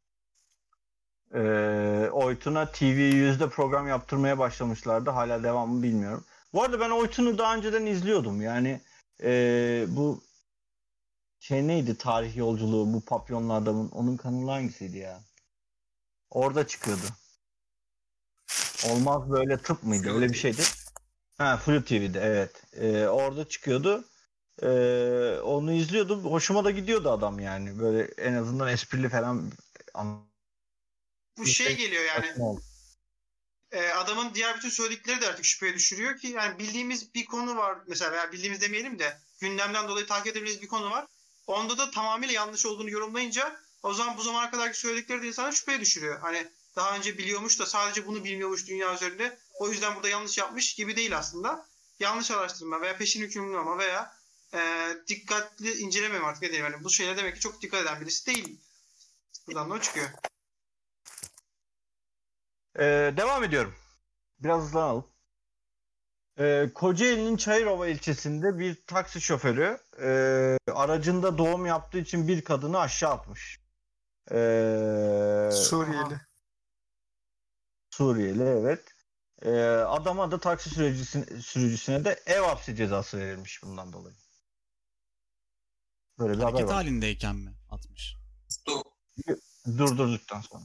Oytun'a TV100'de program yaptırmaya başlamışlardı. Hala devamı bilmiyorum. Bu arada ben Oytun'u daha önceden izliyordum. Yani bu şey neydi tarih yolculuğu bu papyonlu adamın onun kanalı hangisiydi ya? Orada çıkıyordu. Olmaz böyle tıp mıydı? Flu Öyle bir TV. şeydi. Ha Flu TV'de evet. Orada çıkıyordu. Onu izliyordum. Hoşuma da gidiyordu adam yani. Böyle en azından esprili falan. Bu şey geliyor yani. Saçma oldu. Adamın diğer bütün söyledikleri de artık şüpheye düşürüyor ki yani bildiğimiz bir konu var mesela veya bildiğimiz demeyelim de gündemden dolayı takip edebildiğimiz bir konu var. Onda da tamamıyla yanlış olduğunu yorumlayınca o zaman bu zamana kadarki söyledikleri de insana şüpheye düşürüyor. Hani daha önce biliyormuş da sadece bunu bilmiyormuş dünya üzerinde. O yüzden burada yanlış yapmış gibi değil aslında. Yanlış araştırma veya peşin hükümlü olma veya dikkatli incelemem artık ne diyeyim. Yani bu şeyler demek ki çok dikkat eden birisi değil. Buradan da o çıkıyor. Devam ediyorum. Biraz hızlanalım. Kocaeli'nin Çayırova ilçesinde bir taksi şoförü aracında doğum yaptığı için bir kadını aşağı atmış. Suriyeli. Suriyeli evet. Adama da taksi sürücüsüne de ev hapsi cezası verilmiş bundan dolayı. Böyle bir haber Hareket var. halindeyken mi atmış? Du- Durdurduktan sonra.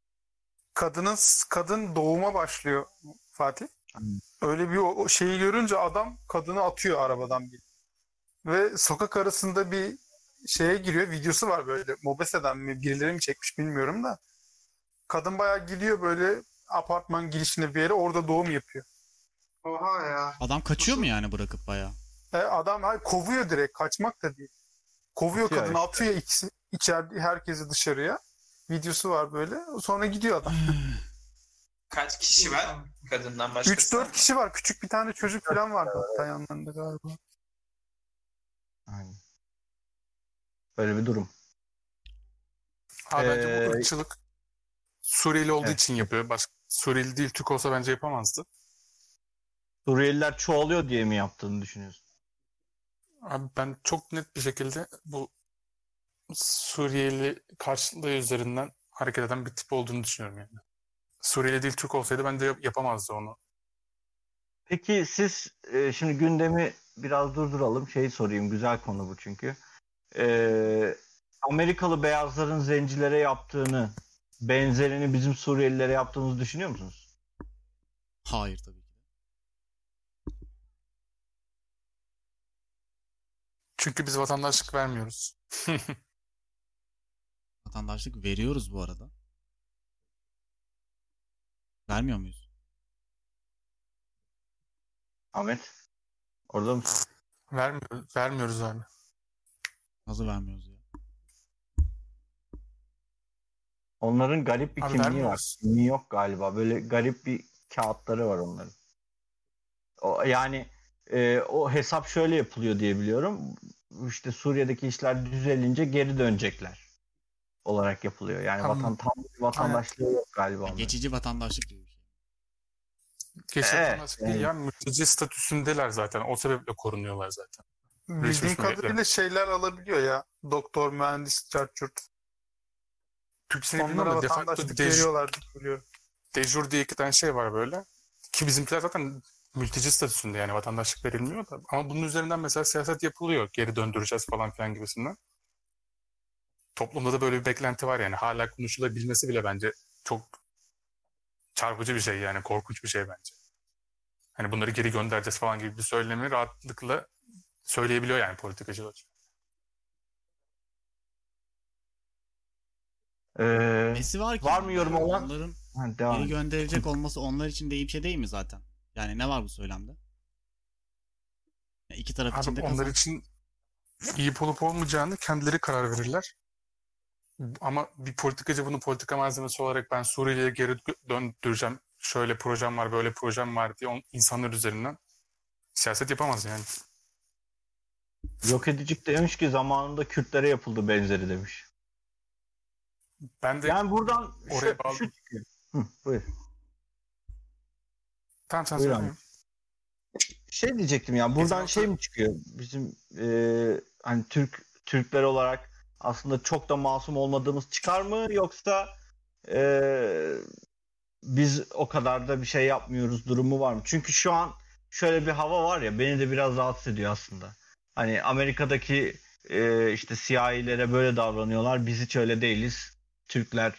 Kadın doğuma başlıyor Fatih. Hmm. Öyle bir o şeyi görünce adam kadını atıyor arabadan bir. Ve sokak arasında bir şeye giriyor. Videosu var böyle. Mobese'den mi birileri mi çekmiş bilmiyorum da. Kadın bayağı gidiyor böyle apartman girişine bir yere, orada doğum yapıyor. Oha ya. Adam kaçıyor mu yani bırakıp bayağı? Adam kovuyor direkt. Kaçmak da değil. Kovuyor Atıyor kadını, işte. atıyor içeride herkesi dışarıya. Videosu var böyle. Sonra gidiyor adam. Kaç kişi var kadından başkası? 3-4 kişi var. Küçük bir tane çocuk falan vardı hatta yanlarında galiba. Aynen. Böyle bir durum. Ha, bence bu Ee, ırkçılık Suriyeli olduğu evet. için yapıyor. Başka Suriyeli değil, Türk olsa bence yapamazdı. Suriyeliler çoğalıyor diye mi yaptığını düşünüyorsun? Abi ben çok net bir şekilde bu Suriyeli karşılığı üzerinden hareket eden bir tip olduğunu düşünüyorum yani. Suriyeli değil, Türk olsaydı bence yapamazdı onu. Peki siz şimdi gündemi biraz durduralım. Sorayım. Güzel konu bu çünkü. Amerikalı beyazların zencilere yaptığını, benzerini bizim Suriyelilere yaptığımızı düşünüyor musunuz? Hayır tabii ki. Çünkü biz vatandaşlık vermiyoruz. Vatandaşlık veriyoruz bu arada. Vermiyor muyuz? Ahmet, orada mısın? Vermiyoruz abi. Nasıl vermiyoruz ya? Onların garip bir Abi kimliği var. vermiyoruz. Kimliği yok galiba. Böyle garip bir kağıtları var onların. Yani o hesap şöyle yapılıyor diye biliyorum. İşte Suriye'deki işler düzelince geri dönecekler olarak yapılıyor. Yani Ama- tam bir vatandaşlığı yok galiba onların. Geçici vatandaşlık gibi bir şey. Geçici Evet, vatandaşlık değil ya. Mülteci statüsündeler zaten. O sebeple korunuyorlar zaten. Bildiğim Birleşmiş kadarıyla Milletler. şeyler alabiliyor ya. Doktor, mühendis, çarçurt. Türkçesini Onlara bilmiyorum da de facto vatandaşlık veriyorlar diye biliyorum. dejur diye 2 tane şey var böyle. Ki bizimkiler zaten mülteci statüsünde, yani vatandaşlık verilmiyor da. Ama bunun üzerinden mesela siyaset yapılıyor. Geri döndüreceğiz falan filan gibisinden. Toplumda da böyle bir beklenti var yani. Hala konuşulabilmesi bile bence çok çarpıcı bir şey yani. Korkunç bir şey bence. Hani bunları geri göndereceğiz falan gibi bir söylemi rahatlıkla söyleyebiliyor yani politikacılar. Nesi var ki? Var mı yorum Yani olan? onların Devam geri et. gönderilecek olması onlar için de iyi bir şey değil mi zaten? Yani ne var bu söylemde? Ya iki taraf için Abi de onlar kazan. için iyi olup olmayacağını kendileri karar verirler. Ama bir politikacı bunu politika malzemesi olarak ben Suriye'ye geri döndüreceğim, şöyle projem var, böyle projem var diye insanlar üzerinden siyaset yapamaz yani. Yok Edicik demiş ki zamanında Kürtlere yapıldı benzeri demiş. Ben de Yani buradan oraya bağlı. şu çıkıyor. Buyur. Tamam sen Buyur söyle. Diyecektim ya buradan Geçen hafta- mi çıkıyor? Bizim hani Türkler olarak aslında çok da masum olmadığımız çıkar mı, yoksa biz o kadar da bir şey yapmıyoruz durumu var mı? Çünkü şu an şöyle bir hava var ya, beni de biraz rahatsız ediyor aslında. Hani Amerika'daki işte siyahilere böyle davranıyorlar. Biz hiç öyle değiliz. Türkler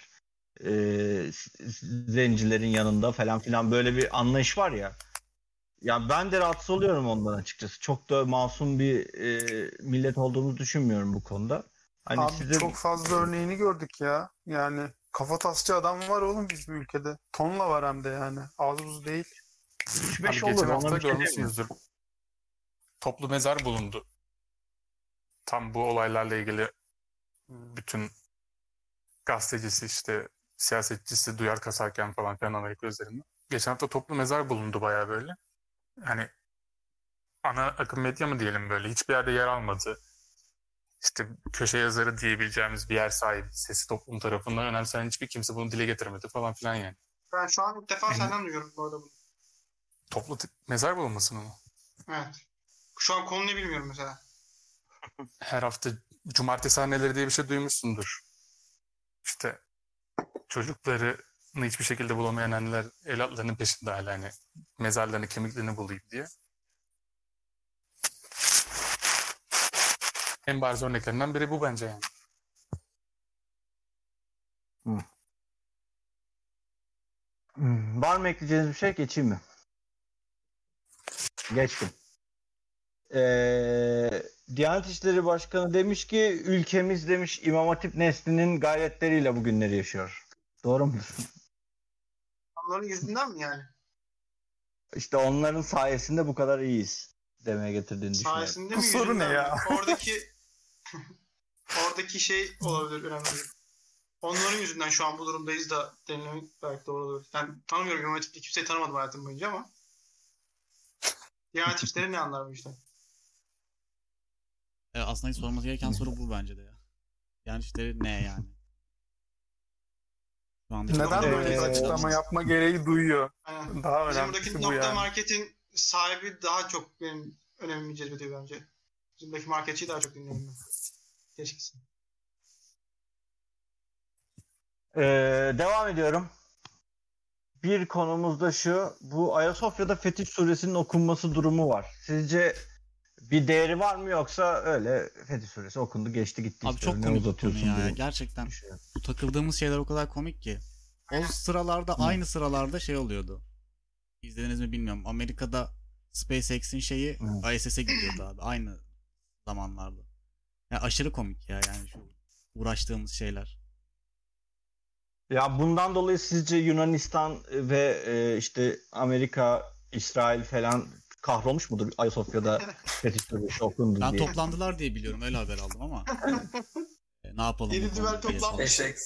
zencilerin yanında falan filan, böyle bir anlayış var ya. Ya ben de rahatsız oluyorum ondan açıkçası. Çok da masum bir millet olduğumuzu düşünmüyorum bu konuda. Hani Abi sizin çok fazla örneğini gördük ya. Yani kafatasçı adam var oğlum bizim ülkede. Tonla var hem de yani. Az buz değil. 3-5 Abi olur, geçen ona hafta bir şey demiyorum. görmüşsünüzdür. Toplu mezar bulundu. Tam bu olaylarla ilgili bütün gazetecisi işte siyasetçisi duyar kasarken falan filan Amerika üzerinde. Geçen hafta toplu mezar bulundu bayağı böyle. Hani ana akım medya mı diyelim, böyle hiçbir yerde yer almadı. İşte köşe yazarı diyebileceğimiz bir yer sahibi, sesi toplum tarafından önemsenen hiçbir kimse bunu dile getirmedi falan filan yani. Ben şu an ilk defa Yani- senden duyuyorum bu arada bunu. Toplu mezar bulunmasını mı? Evet. Şu an konuyu bilmiyorum mesela. Her hafta cumartesi anneleri diye bir şey duymuşsundur. İşte çocuklarını hiçbir şekilde bulamayan anneler evlatlarının peşinde hala, hani mezarlarını, kemiklerini bulayım diye. En bariz örneklerinden biri bu bence yani. Var mı ekleyeceğiniz bir şey? Geçeyim mi? Geçtim. Diyanet İşleri Başkanı demiş ki ülkemiz demiş İmam Hatip neslinin gayretleriyle bugünleri yaşıyor. Doğru mudur? Onların yüzünden mi yani? İşte onların sayesinde bu kadar iyiyiz demeye getirdiğini düşünüyorum. Sayesinde Bu mi soru yüzünden ne ya? mi? Oradaki şey olabilir önemli. Onların yüzünden şu an bu durumdayız da denilemek belki doğru olabilir. Ben tanımıyorum. İmam Hatip'te kimseyi tanımadım hayatım boyunca ama Diyanet İşleri ne anlar bu işten? Aslında sorması gereken soru bu bence de ya. Yani işte ne yani? Şu anda Neden böyle bir Ee, açıklama yapma gereği duyuyor? Aynen. Daha Bizim önemlisi buradaki bu nokta yani. marketin sahibi daha çok benim önemimi cezbediyor bence. Bizimdeki marketçiyi daha çok dinliyorum ben. Keşke. Devam ediyorum. Bir konumuz da şu. Bu Ayasofya'da Fetih Suresi'nin okunması durumu var. Sizce bir değeri var mı yoksa öyle Fetih Suresi okundu geçti gitti. Abi işte. çok Ne komik bir konu uzatıyorsun ya. bunu? Gerçekten Düşünüyorum. bu takıldığımız şeyler o kadar komik ki. O sıralarda aynı sıralarda şey oluyordu. İzlediniz mi bilmiyorum. Amerika'da SpaceX'in şeyi ISS'e gidiyordu abi. Aynı zamanlarda. Yani aşırı komik ya yani şu uğraştığımız şeyler. Ya bundan dolayı sizce Yunanistan ve işte Amerika, İsrail falan kahrolmuş mudur Ayasofya'da Fetih Suresi okundu Ben diye? toplandılar diye biliyorum. Öyle haber aldım ama. Ne yapalım bu Yeni konuda düvel diye toplanmış. sordum. Eşek.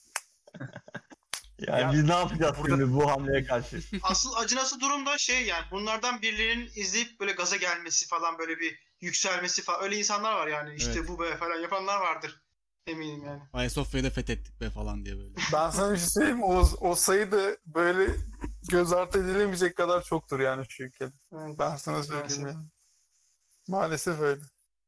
Yani Ya, biz ne yapacağız burada- şimdi bu hamleye karşı? Asıl acınası durum da şey yani bunlardan birilerinin izleyip böyle gaza gelmesi falan böyle bir yükselmesi falan öyle insanlar var yani işte Evet. bu be falan yapanlar vardır eminim yani. Ayasofya'yı da fethettik be falan diye böyle. Ben sana bir şey söyleyeyim mi? O sayı da böyle göz ardı edilemeyecek kadar çoktur yani şu ülkede. Evet. Ben sana söyleyeyim Maalesef. yani. Maalesef öyle.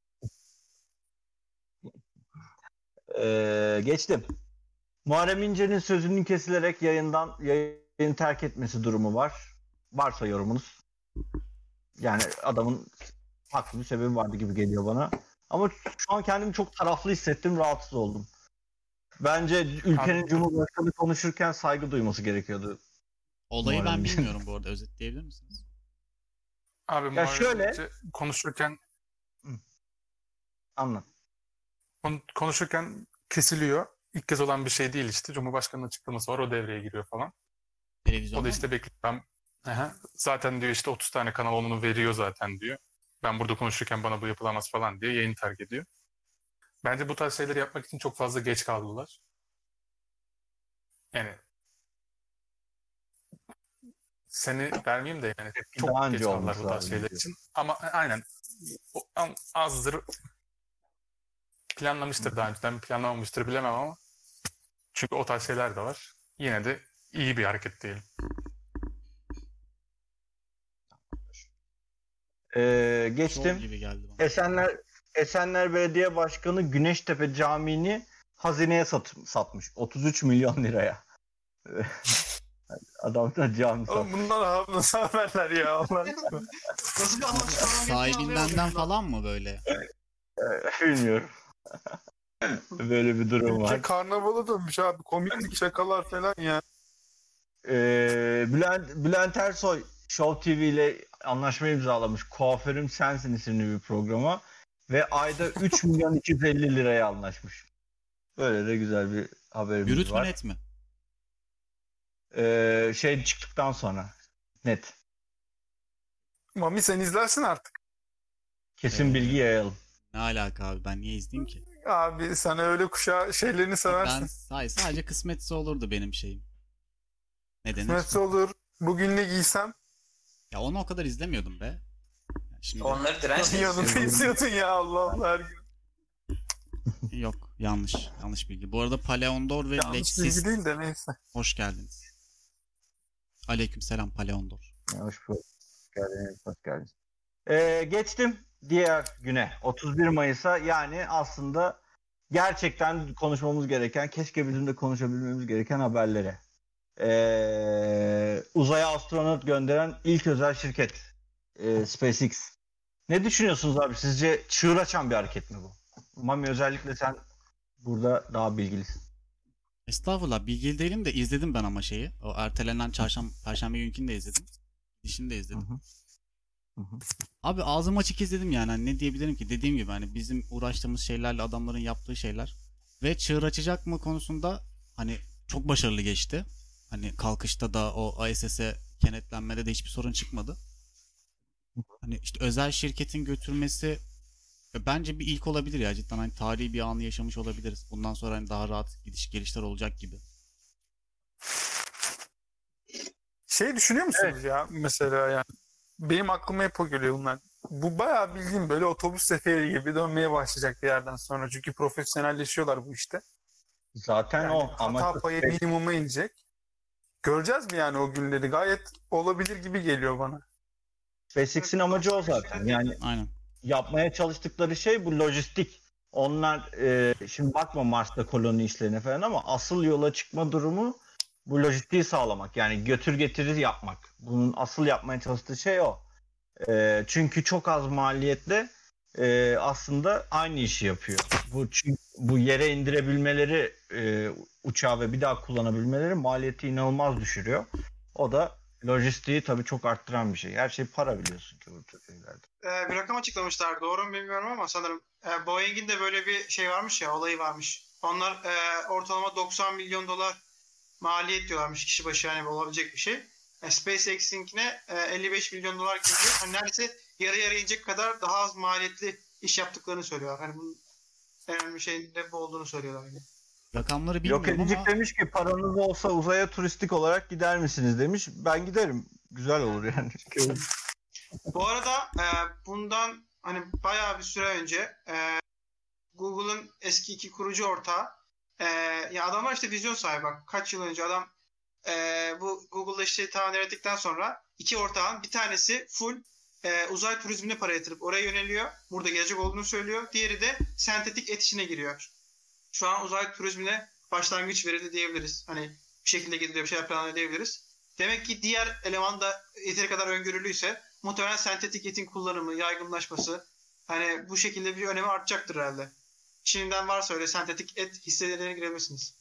Geçtim. Muharrem İnce'nin sözünün kesilerek yayını terk etmesi durumu var. Varsa yorumunuz. Yani adamın haklı bir sebebi vardı gibi geliyor bana. Ama şu an kendimi çok taraflı hissettim, rahatsız oldum. Bence ülkenin Abi- Cumhurbaşkanı konuşurken saygı duyması gerekiyordu. Olayı ben Muharrem İnce. bilmiyorum bu arada. Özetleyebilir misiniz? Abi Ya Muharrem şöyle- İnce konuşurken Anlat. konuşurken kesiliyor. İlk kez olan bir şey değil işte. Cumhurbaşkanı'nın açıklaması var. O devreye giriyor falan. Televizyonda O da mı? işte bekliyorum. Zaten diyor işte 30 tane kanal onu veriyor zaten diyor. Ben burada konuşurken bana bu yapılamaz falan diye yayını terk ediyor. Bence bu tarz şeyleri yapmak için çok fazla geç kaldılar. Yani seni vermeyeyim de yani çok Daha önce geç kaldılar olması bu tarz lazım şeyler diyor. için. Ama aynen azdır planlamıştır daha önceden planlamamıştır bilemem ama çünkü o tarz şeyler de var. Yine de iyi bir hareket diyelim. Şov Geçtim. gibi geldi bana. Esenler Belediye Başkanı Güneştepe Camii'ni hazineye satmış. 33 milyon liraya. Adam da cami satmış. Oğlum bunlar abi nasıl haberler ya Allah aşkına. Nasıl bir anlatış falan Sahibindenden falan mı böyle? Bilmiyorum. Böyle bir durum var. Ülke karnavala dönmüş abi. Komiklik şakalar falan ya. Bülent Ersoy Show TV ile anlaşma imzalamış. Kuaförüm Sensin isimli bir programa. Ve ayda 3 milyon 250 liraya anlaşmış. Böyle de güzel bir haberimiz Yürüt mü var. net mi? Şey çıktıktan sonra. Net. Mami sen izlersin artık. Kesin bilgi yayalım. Ne alaka abi, ben niye izleyeyim ki? Abi sen öyle kuşağı şeylerini seversin. Sadece kısmetse olurdu benim şeyim. Ne denir? Kısmetse olur. Bugün ne giysem. Ya onu o kadar izlemiyordum be. Ya şimdi Onları direnç Yanında izliyordun ya Allah Allah her gün. yok, yanlış bilgi. Bu arada Paleondor ve Yanlış Lexis bilgi değil de neyse. hoş geldiniz. Aleykümselam Paleondor. Hoş geldiniz. Geçtim diğer güne. 31 Mayıs'a, yani aslında gerçekten konuşmamız gereken, keşke bizim de konuşabilmemiz gereken haberlere. Uzaya astronot gönderen ilk özel şirket SpaceX. Ne düşünüyorsunuz abi? Sizce çığır açan bir hareket mi bu? Mami, özellikle sen burada daha bilgilisin. Estağfurullah, bilgili değilim de izledim ben ama şeyi. O ertelenen Perşembe günkünü de izledim. Dişini de izledim. Hı hı. Abi ağzım açık izledim yani. Hani ne diyebilirim ki? Dediğim gibi hani bizim uğraştığımız şeylerle adamların yaptığı şeyler. Ve çığır açacak mı konusunda hani çok başarılı geçti. Hani kalkışta da o ISS'e kenetlenmede de hiçbir sorun çıkmadı. Hani işte özel şirketin götürmesi bence bir ilk olabilir ya, cidden hani tarihi bir anı yaşamış olabiliriz. Bundan sonra hani daha rahat gelişler olacak gibi. Şey düşünüyor musunuz ya mesela yani? Benim aklıma hep o geliyor bunlar. Bu bayağı bildiğim böyle otobüs seferi gibi dönmeye başlayacak bir yerden sonra. Çünkü profesyonelleşiyorlar bu işte. Zaten Yani o ama hata payı minimuma inecek. Göreceğiz mi yani o günleri? Gayet olabilir gibi geliyor bana. SpaceX'in amacı o zaten. Yani Aynen. yapmaya çalıştıkları şey bu lojistik. Onlar şimdi bakma Mars'ta koloni işlerine falan ama asıl yola çıkma durumu bu lojistiği sağlamak. Yani götür getirir yapmak. Bunun asıl yapmaya çalıştığı şey o. Çünkü çok az maliyetle aslında aynı işi yapıyor. Bu yere indirebilmeleri uçağı ve bir daha kullanabilmeleri maliyeti inanılmaz düşürüyor. O da lojistiği tabii çok arttıran bir şey. Her şey para, biliyorsun ki bu tür şeylerde. Bir rakam açıklamışlar. Doğru mu bilmiyorum ama sanırım Boeing'in de böyle bir şey varmış ya, olayı varmış. Onlar ortalama 90 milyon dolar maliyet diyorlarmış kişi başı, yani olabilecek bir şey. SpaceX'inkine 55 milyon dolar gibi, hani neredeyse yarı yarıya inecek kadar daha az maliyetli iş yaptıklarını söylüyorlar. Hani bunun en önemli şeyin de bu olduğunu söylüyorlar. Yani. Rakamları Yok bilmiyorum Edicik ama demiş ki paranız olsa uzaya turistik olarak gider misiniz demiş. Ben giderim. Güzel olur yani. Bu arada bundan hani bayağı bir süre önce Google'ın eski iki kurucu ortağı, ya adamlar işte vizyon sahibi. Bak, kaç yıl önce adam bu Google'da işte tamir ettikten sonra iki ortağın bir tanesi full uzay turizmine para yatırıp oraya yöneliyor. Burada gelecek olduğunu söylüyor. Diğeri de sentetik et işine giriyor. Şu an uzay turizmine başlangıç verildi diyebiliriz. Hani bir şekilde gidiliyor, bir şeyler planlanıyor diyebiliriz. Demek ki diğer eleman da yeteri kadar öngörülüyse muhtemelen sentetik etin kullanımı, yaygınlaşması, hani bu şekilde bir önemi artacaktır herhalde. Şimdiden varsa öyle sentetik et hisselerine girebilirsiniz.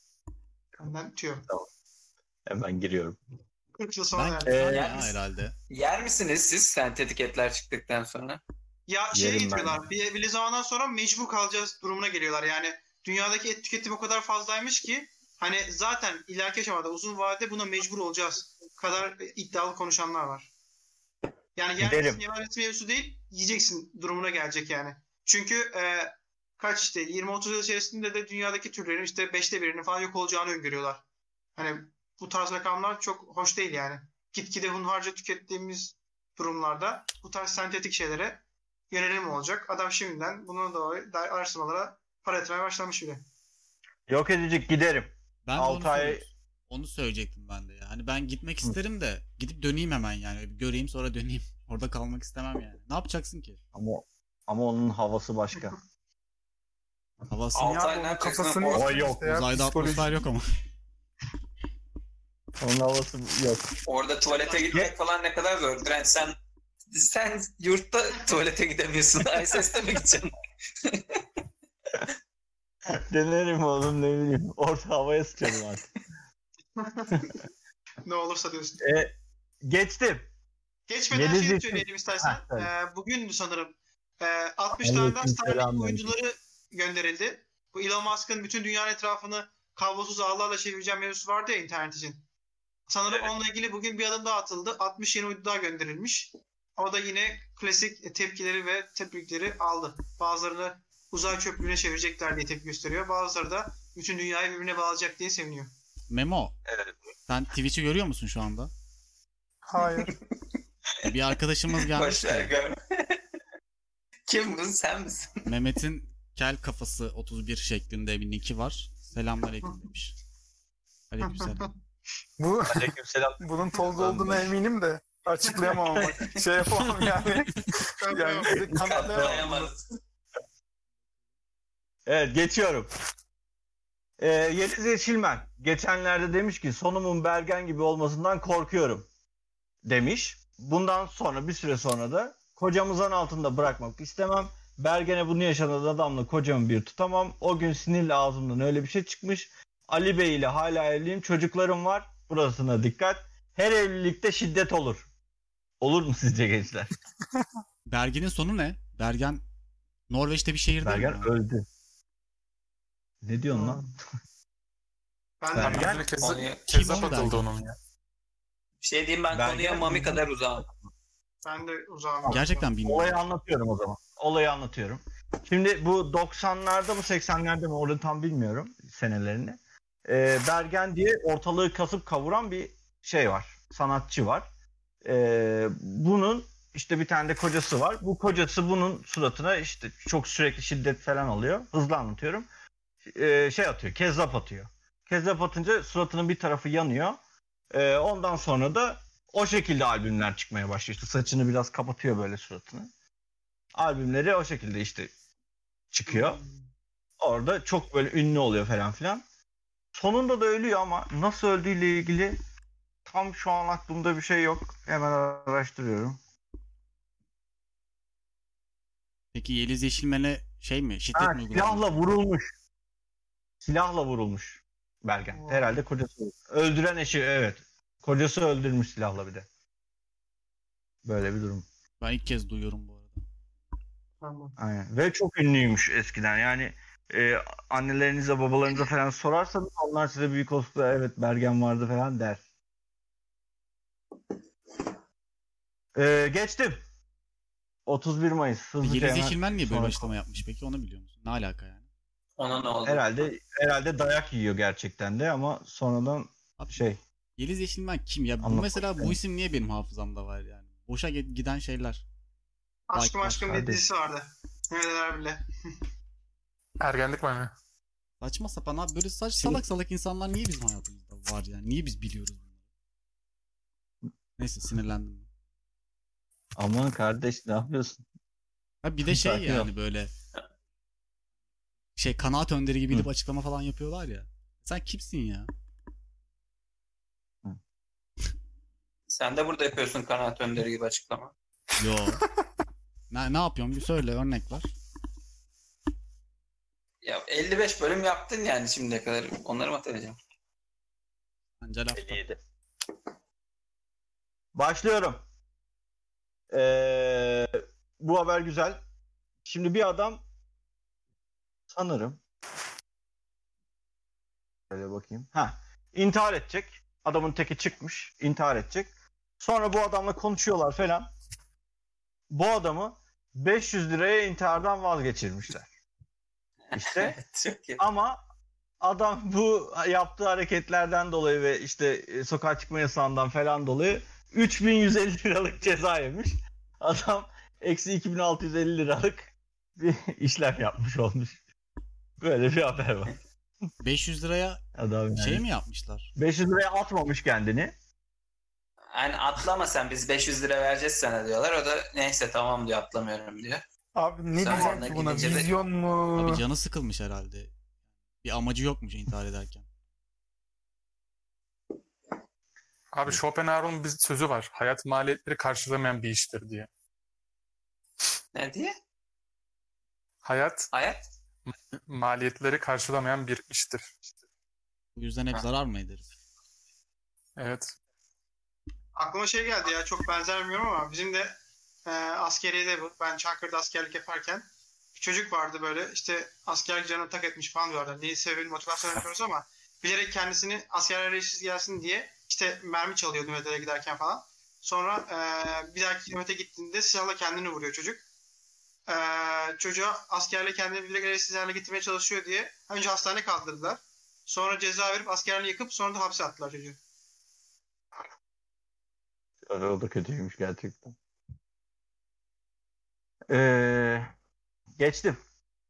Ben tüyo. Hemen giriyorum. 40 yıl sonra ben yani. gidiyorum Yani ya herhalde. Yer misiniz siz sentetik etler çıktıktan sonra? Ya şeye Yerim getiriyorlar. Bir zamandan sonra mecbur kalacağız durumuna geliyorlar. Yani dünyadaki et tüketimi o kadar fazlaymış ki hani zaten ileriki aşamada uzun vadede buna mecbur olacağız kadar iddialı konuşanlar var. Yani yer Giderim. misin yemez misin mevzusu değil, yiyeceksin durumuna gelecek yani. Çünkü kaç işte 20-30 yıl içerisinde de dünyadaki türlerin işte 5'te birinin falan yok olacağını öngörüyorlar. Hani bu tarz rakamlar çok hoş değil yani. Gitgide hunharca tükettiğimiz durumlarda bu tarz sentetik şeylere yönelim olacak. Adam şimdiden buna doğru araştırmalara para etmeye başlamış bile. Yok Edicik, giderim. Ben de 6 ay onu söyleyecektim ben de ya. Hani ben gitmek isterim de gidip döneyim hemen yani. Bir göreyim sonra döneyim. Orada kalmak istemem yani. Ne yapacaksın ki? ama onun havası başka. Havası Altı ay Ya ne onun yapacaksın? kafasını O işte yok, ya, uzayda psikoloji. atmosfer yok ama. Onun havası yok. Orada tuvalete gitmek falan ne kadar zor. Yani sen yurtta tuvalete gidemiyorsun. ISS'te mi gideceksin? Denerim oğlum, ne bileyim. Orta havaya sıçarım artık. Ne olursa diyorsun. Geçtim. Geçmeden Yeliz şey için- söyleyelim istersen. Ha, tabii. Bugün sanırım 60 tane Aleyküm Starlink selam. uyduları gönderildi. Bu Elon Musk'ın bütün dünyanın etrafını kablosuz ağlarla çevireceğim mevzusu vardı ya internet için. Sanırım Evet. onunla ilgili bugün bir adım daha atıldı. 60 yeni uydu daha gönderilmiş. O da yine klasik tepkileri ve tepkileri aldı. Bazılarını uzay çöplüğüne çevirecekler diye tepki gösteriyor. Bazıları da bütün dünyayı birbirine bağlayacak diye seviniyor. Memo, Evet. sen Twitch'i görüyor musun şu anda? Hayır. Bir arkadaşımız gelmiş Boşver de gör. Kim bu? Sen misin? Mehmet'in kel kafası 31 şeklinde bir nicki var. Selamünaleyküm demiş. Aleykümselam. Bu Aleykümselam. bunun Tolga olduğuna eminim de açıklayamam ama şey yapamam yani. Yani bize kanıtlayamam. Katlayamaz. Evet, geçiyorum. Yeliz Yeşilmen geçenlerde demiş ki sonumun Bergen gibi olmasından korkuyorum demiş. Bundan sonra bir süre sonra da kocamızın altında bırakmak istemem. Bergen'e bunu yaşanan adamla kocamı bir tutamam. O gün sinirle ağzımdan öyle bir şey çıkmış. Ali Bey ile hala evliyim. Çocuklarım var. Burasına dikkat. Her evlilikte şiddet olur. Olur mu sizce gençler? Bergen'in sonu ne? Bergen Norveç'te bir şehir değil mi? Bergen öldü. Ne diyorsun lan? Ben de Bergen- Yani Konuya- kezzap Kim o atıldı Bergen? onun ya. Bir şey diyeyim ben Bergen- konuya Mami kadar uzağım. Ben de uzağım. Gerçekten bilmiyorum. Olayı anlatıyorum o zaman. Olayı anlatıyorum. Şimdi bu 90'larda mı 80'lerde mi orada tam bilmiyorum senelerini. Bergen diye ortalığı kasıp kavuran bir şey var. Sanatçı var. Bunun işte bir tane de kocası var. Bu kocası bunun suratına işte çok sürekli şiddet falan alıyor. Hızlı anlatıyorum. Şey atıyor. Kezzap atıyor. Kezzap atınca suratının bir tarafı yanıyor. Ondan sonra da o şekilde albümler çıkmaya başlıyor. İşte saçını biraz kapatıyor böyle suratını. Albümleri o şekilde işte çıkıyor. Orada çok böyle ünlü oluyor falan filan. Sonunda da ölüyor ama nasıl öldüğüyle ilgili tam şu an aklımda bir şey yok. Hemen araştırıyorum. Peki Yeliz Yeşilmen'e şey mi? Şiddet Ha, mi uygulamış? silahla vurulmuş. Silahla vurulmuş Bergen. Oo. Herhalde kocası. Öldüren eşi, evet. Kocası öldürmüş silahla bir de. Böyle bir durum. Ben ilk kez duyuyorum bu arada. Tamam. Aynen. Ve çok ünlüymüş eskiden. Yani annelerinize, babalarınıza falan sorarsanız onlar size büyük olasılıkla evet Bergen vardı falan der. Geçtim. 31 Mayıs. Hızlıca Yeliz hemen Yeşilmen niye böyle sonra- açıklama yapmış peki? Onu biliyor musun? Ne alaka yani? Ona ne oldu? Herhalde dayak yiyor gerçekten de ama sonradan Abi, şey. Yeliz Yeşilmen kim ya? Bu Anlatmak mesela bu istemiyorum. isim niye benim hafızamda var yani? Boşa giden şeyler. Aşkım Bak, aşkım bir hadi. dizisi vardı. Neler bile. Ergenlik var mı? Saçma sapan abi böyle salak salak insanlar niye bizim hayatımızda var yani? Niye biz biliyoruz bunları? Neyse sinirlendim. Aman kardeş ne yapıyorsun? Ha bir de şey Sakin ol. yani böyle şey kanaat önderi gibi gidip açıklama falan yapıyorlar ya. Sen kimsin ya? Sen de burada yapıyorsun kanaat önderi gibi açıklama. Yo. Ne yapıyorum? Bir söyle örnek ver. Ya 55 bölüm yaptın yani şimdiye kadar. Onları mı hatırlayacağım? Anca lafta. 57. Başlıyorum. Bu haber güzel. Şimdi bir adam sanırım şöyle bakayım. İntihar edecek. Adamın teki çıkmış. İntihar edecek. Sonra bu adamla konuşuyorlar falan. Bu adamı 500 liraya intihardan vazgeçirmişler. İşte Çok iyi. ama adam bu yaptığı hareketlerden dolayı ve işte sokağa çıkma yasağından falan dolayı 3150 liralık ceza yemiş. Adam eksi 2650 liralık bir işlem yapmış olmuş. Böyle bir haber var. 500 liraya Adam yani. şey mi yapmışlar? 500 liraya atmamış kendini. Yani atlama sen biz 500 lira vereceğiz sana diyorlar. O da neyse tamam diyor atlamıyorum diyor. Abi ne Sen diyeceğim ona ki buna? gidince de- Vizyon mu? Abi canı sıkılmış herhalde. Bir amacı yokmuş intihar ederken. Abi Schopenhauer'un bir sözü var. Hayat maliyetleri karşılamayan bir iştir diye. Ne diye? Hayat Hayat? maliyetleri karşılamayan bir iştir. Bu yüzden hep zarar mı ederiz? Evet. Aklıma şey geldi ya çok benzermiyorum ama bizim de askeriyede bu. Ben Çankırı'da askerlik yaparken bir çocuk vardı böyle işte askerlik canına tak etmiş falan diyorlar. Neyi sebebi motivasyon yapıyoruz ama bilerek kendisini askerlere işsiz gelsin diye işte mermi çalıyordu nöbetlere giderken falan. Sonra bir dahaki nöbete gittiğinde silahla kendini vuruyor çocuk. Çocuğa askerle kendini bilerek eşsiz hale getirmeye çalışıyor diye önce hastaneye kaldırdılar. Sonra ceza verip askerliğini yıkıp sonra da hapse attılar çocuğu. O da kötüymüş gerçekten. Geçtim.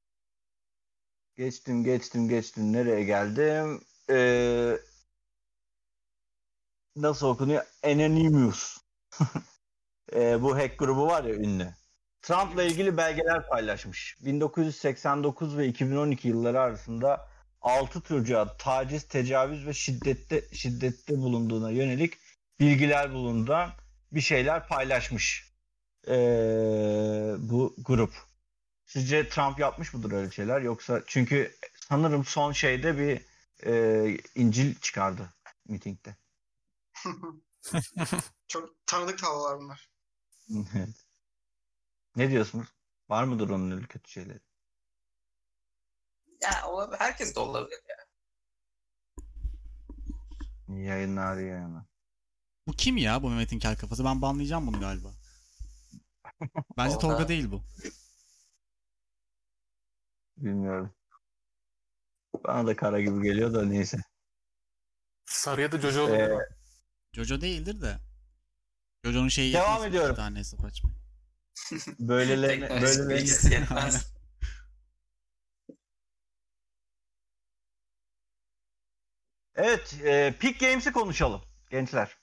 Geçtim. Nereye geldim? Nasıl okunuyor? Anonymous. Bu hack grubu var ya ünlü. Trump'la ilgili belgeler paylaşmış. 1989 ve 2012 yılları arasında 6 çocuğa taciz, tecavüz ve şiddette bulunduğuna yönelik bilgiler bulunduran bir şeyler paylaşmış bu grup. Sizce Trump yapmış mıdır öyle şeyler yoksa çünkü sanırım son şeyde bir İncil çıkardı mitingde. Çok tanıdık tavlalar bunlar. Ne diyorsunuz? Var mıdır onun öyle kötü şeyleri? Ya olabilir. Herkes de olabilir. Yayınlar. Bu kim ya bu Mehmet'in kel kafası? Ben banlayacağım bunu galiba. Bence O Tolga da- değil bu. Bilmiyorum. Bana da kara gibi geliyor da neyse. Sarıya da Jojo olabilir mi? Jojo değildir de. Jojo'nun şeyi Devam yetmez ediyorum. Bir tane hesap açmaya. Böylelerine Teknolojik bilgisi yetmez. Evet, Peak Games'i konuşalım gençler.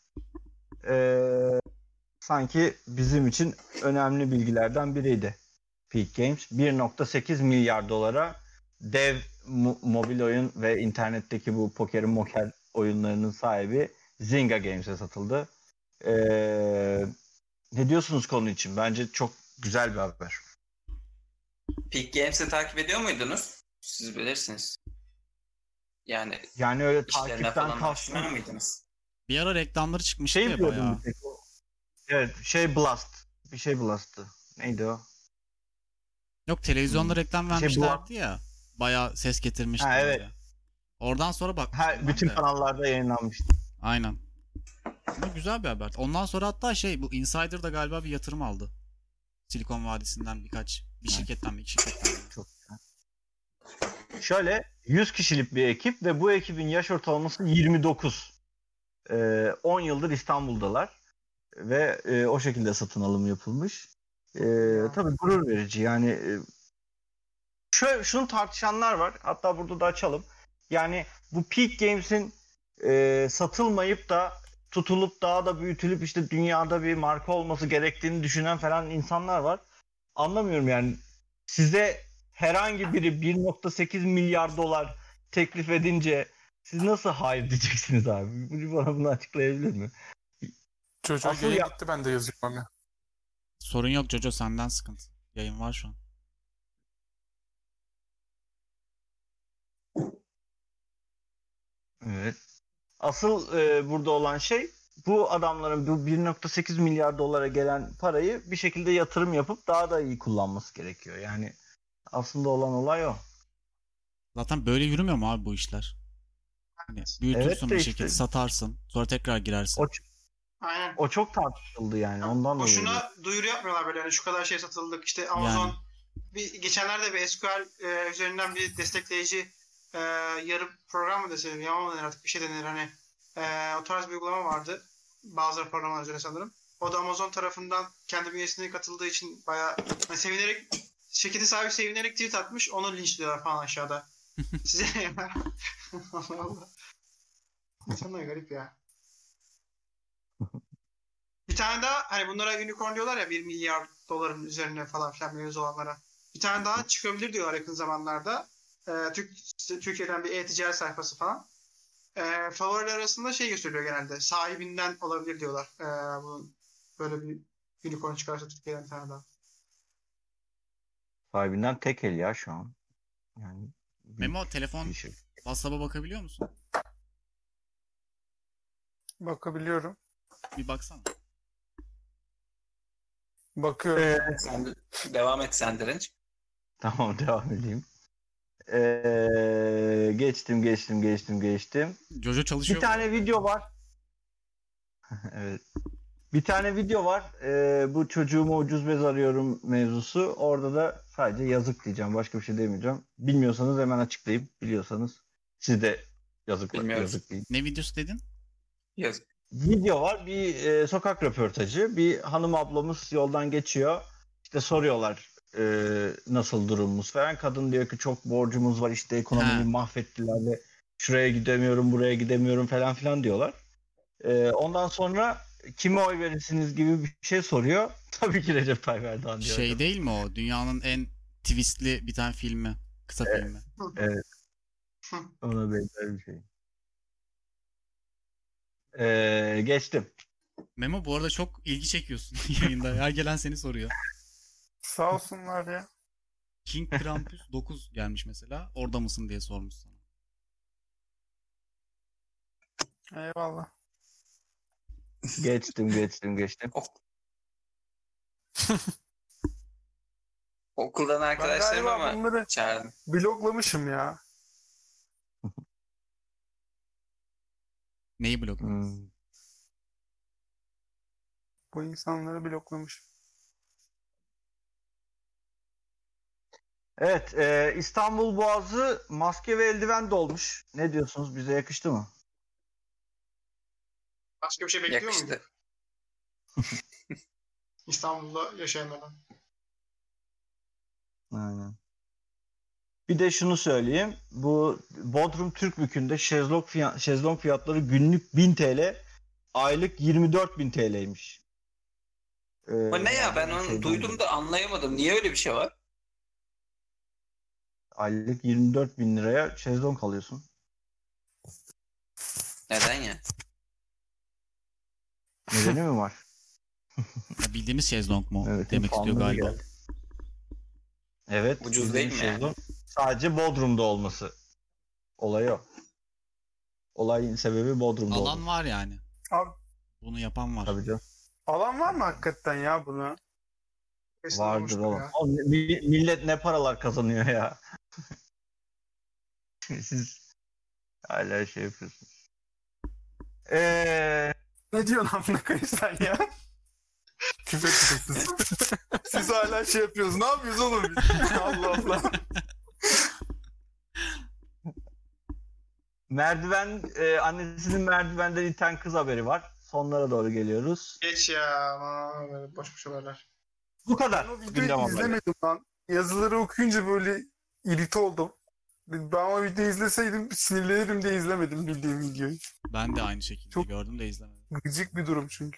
Sanki bizim için önemli bilgilerden biriydi. Peak Games 1.8 milyar dolara dev mobil oyun ve internetteki bu poker moker oyunlarının sahibi Zynga Games'e satıldı. Ne diyorsunuz konu için? Bence çok güzel bir haber. Peak Games'i takip ediyor muydunuz? Siz bilirsiniz. Yani Öyle işlerine takipten falan kastım. aşina mıydınız? Bir ara reklamları çıkmıştı Şey ya biliyordum bayağı. bir tek o. Evet, Blast. Bir şey Blast'tı. Neydi o? Yok televizyonda reklam vermişlerdi Blast. ya. Bayağı ses getirmişti Ha, evet. böyle. Oradan sonra bak. Bütün kanallarda yayınlanmıştı. Aynen. Ama güzel bir haber. Ondan sonra hatta bu Insider da galiba bir yatırım aldı. Silikon Vadisi'nden bir şirketten. Çok güzel. Şöyle 100 kişilik bir ekip ve bu ekibin yaş ortalaması 29. 10 yıldır İstanbul'dalar ve o şekilde satın alım yapılmış. Tabii gurur verici yani. Şunu tartışanlar var. Hatta burada da açalım. Yani bu Peak Games'in satılmayıp da tutulup daha da büyütülüp işte dünyada bir marka olması gerektiğini düşünen falan insanlar var. Anlamıyorum yani. Size herhangi biri 1.8 milyar dolar teklif edince siz nasıl hayır diyeceksiniz abi? Biri bana bunu açıklayabilir mi? Jojo Asıl yayın ya- gitti, ben de yazıyorum ya. Sorun yok Jojo, senden sıkıntı. Yayın var şu an. Evet. Asıl burada olan şey bu adamların bu 1.8 milyar dolara gelen parayı bir şekilde yatırım yapıp daha da iyi kullanması gerekiyor. Yani aslında olan olay o. Zaten böyle yürümüyor mu abi bu işler? Hani büyütürsün Evet de bir işte. şirketi, satarsın. Sonra tekrar girersin. Aynen. O çok tartışıldı yani. Ondan dolayı. Boşuna duyuru yapmıyorlar böyle. Yani şu kadar şey satıldık. İşte Amazon geçenlerde bir SQL üzerinden bir destekleyici yarı program mı desem, ya mı denir artık, bir şey denir hani. O tarz bir uygulama vardı. Bazı programlar üzerine sanırım. O da Amazon tarafından kendi bünyesine katıldığı için bayağı sevinerek, şirketin sahibi sevinerek tweet atmış. Onu linçliyorlar falan aşağıda. Size Allah Allah. İnsanlar garip ya. Bir tane daha, hani bunlara unicorn diyorlar ya, 1 milyar doların üzerine falan filan mevzu olanlara. Bir tane daha çıkabilir diyorlar yakın zamanlarda. Türkiye'den bir e-ticaret sayfası falan. Favoriler arasında gösteriyor genelde. Sahibinden olabilir diyorlar. Bunun böyle bir unicorn çıkarsa Türkiye'den bir tane daha. Sahibinden tek el ya şu an. Yani Memo, telefon bir şey. WhatsApp'a bakabiliyor musun? Bakabiliyorum. Bir baksana. Bakıyorum. Sen de devam et sen Direnç. Tamam devam edeyim. Geçtim. Jojo çalışıyor Bir mu? tane video var. Evet. Bir tane video var. Bu çocuğuma ucuz bez arıyorum mevzusu. Orada da sadece yazık diyeceğim. Başka bir şey demeyeceğim. Bilmiyorsanız hemen açıklayayım. Biliyorsanız siz de Bilmiyoruz. yazık deyin. Ne videosu dedin? Yazık. Video var. Bir sokak röportajı. Bir hanım ablamız yoldan geçiyor. İşte soruyorlar nasıl durumumuz falan. Kadın diyor ki çok borcumuz var. İşte ekonomiyi mahvettiler ve şuraya gidemiyorum, buraya gidemiyorum falan filan diyorlar. Ondan sonra kime oy verirsiniz gibi bir şey soruyor. Tabii ki Recep Tayyip Erdoğan diyor. Değil mi o? Dünyanın en twistli bir tane filmi. Kısa filmi. Evet. Ona benzer bir şey. Geçtim. Memo, bu arada çok ilgi çekiyorsun yayında. Her gelen seni soruyor. Sağ olsunlar ya. King Krampus 9 gelmiş mesela. Orada mısın diye sormuş sana. Eyvallah. Geçtim. Okuldan Ben arkadaşlarım galiba ama bunları çağırdım. bloklamışım ya. Neyi blok? Hmm. Bu insanları bloklamışım. Evet, İstanbul Boğazı maske ve eldiven dolmuş. Ne diyorsunuz? Bize yakıştı mı? Başka bir şey bekliyor muydun? Yakıştı. İstanbul'da yaşayanlardan. Aynen. Bir de şunu söyleyeyim. Bu Bodrum Türkbükü'nde şezlong fiyatları günlük 1000 TL, aylık 24.000 TL'ymiş. O ne ya, ben onu duydum da anlayamadım. Niye öyle bir şey var? Aylık 24.000 liraya şezlong alıyorsun. Neden ya? Nedeni mi var? Ya bildiğimiz şezlong mu Evet, demek istiyor fanları galiba. geldi. Evet. Ucuz değil mi bildiğin yani? şezlong sadece Bodrum'da olması. Olay o. Olayın sebebi Bodrum'da Alan olması. var yani. Abi, Bunu yapan var. Tabii canım. alan var mı hakikaten ya buna? Kesin Vardır olmuştur oğlum. ya. Oğlum, millet ne paralar kazanıyor ya. Siz hala şey yapıyorsunuz. Ne diyorsun amına koyayım sen ya? Küfür siz. Siz hala şey yapıyorsunuz. Ne yapıyoruz oğlum biz? Allah Allah. Annesinin merdivenden iten kız haberi var. Sonlara doğru geliyoruz. Geç ya. Aman, böyle boş boş haberler. Bu kadar. Ben o Gündem videoyu haberi. izlemedim lan. Yazıları okuyunca böyle irite oldum. Ben o videoyu izleseydim sinirlenirim diye izlemedim bildiğim videoyu. Ben de aynı şekilde Çok- gördüm de izlemedim. Gıcık bir durum çünkü.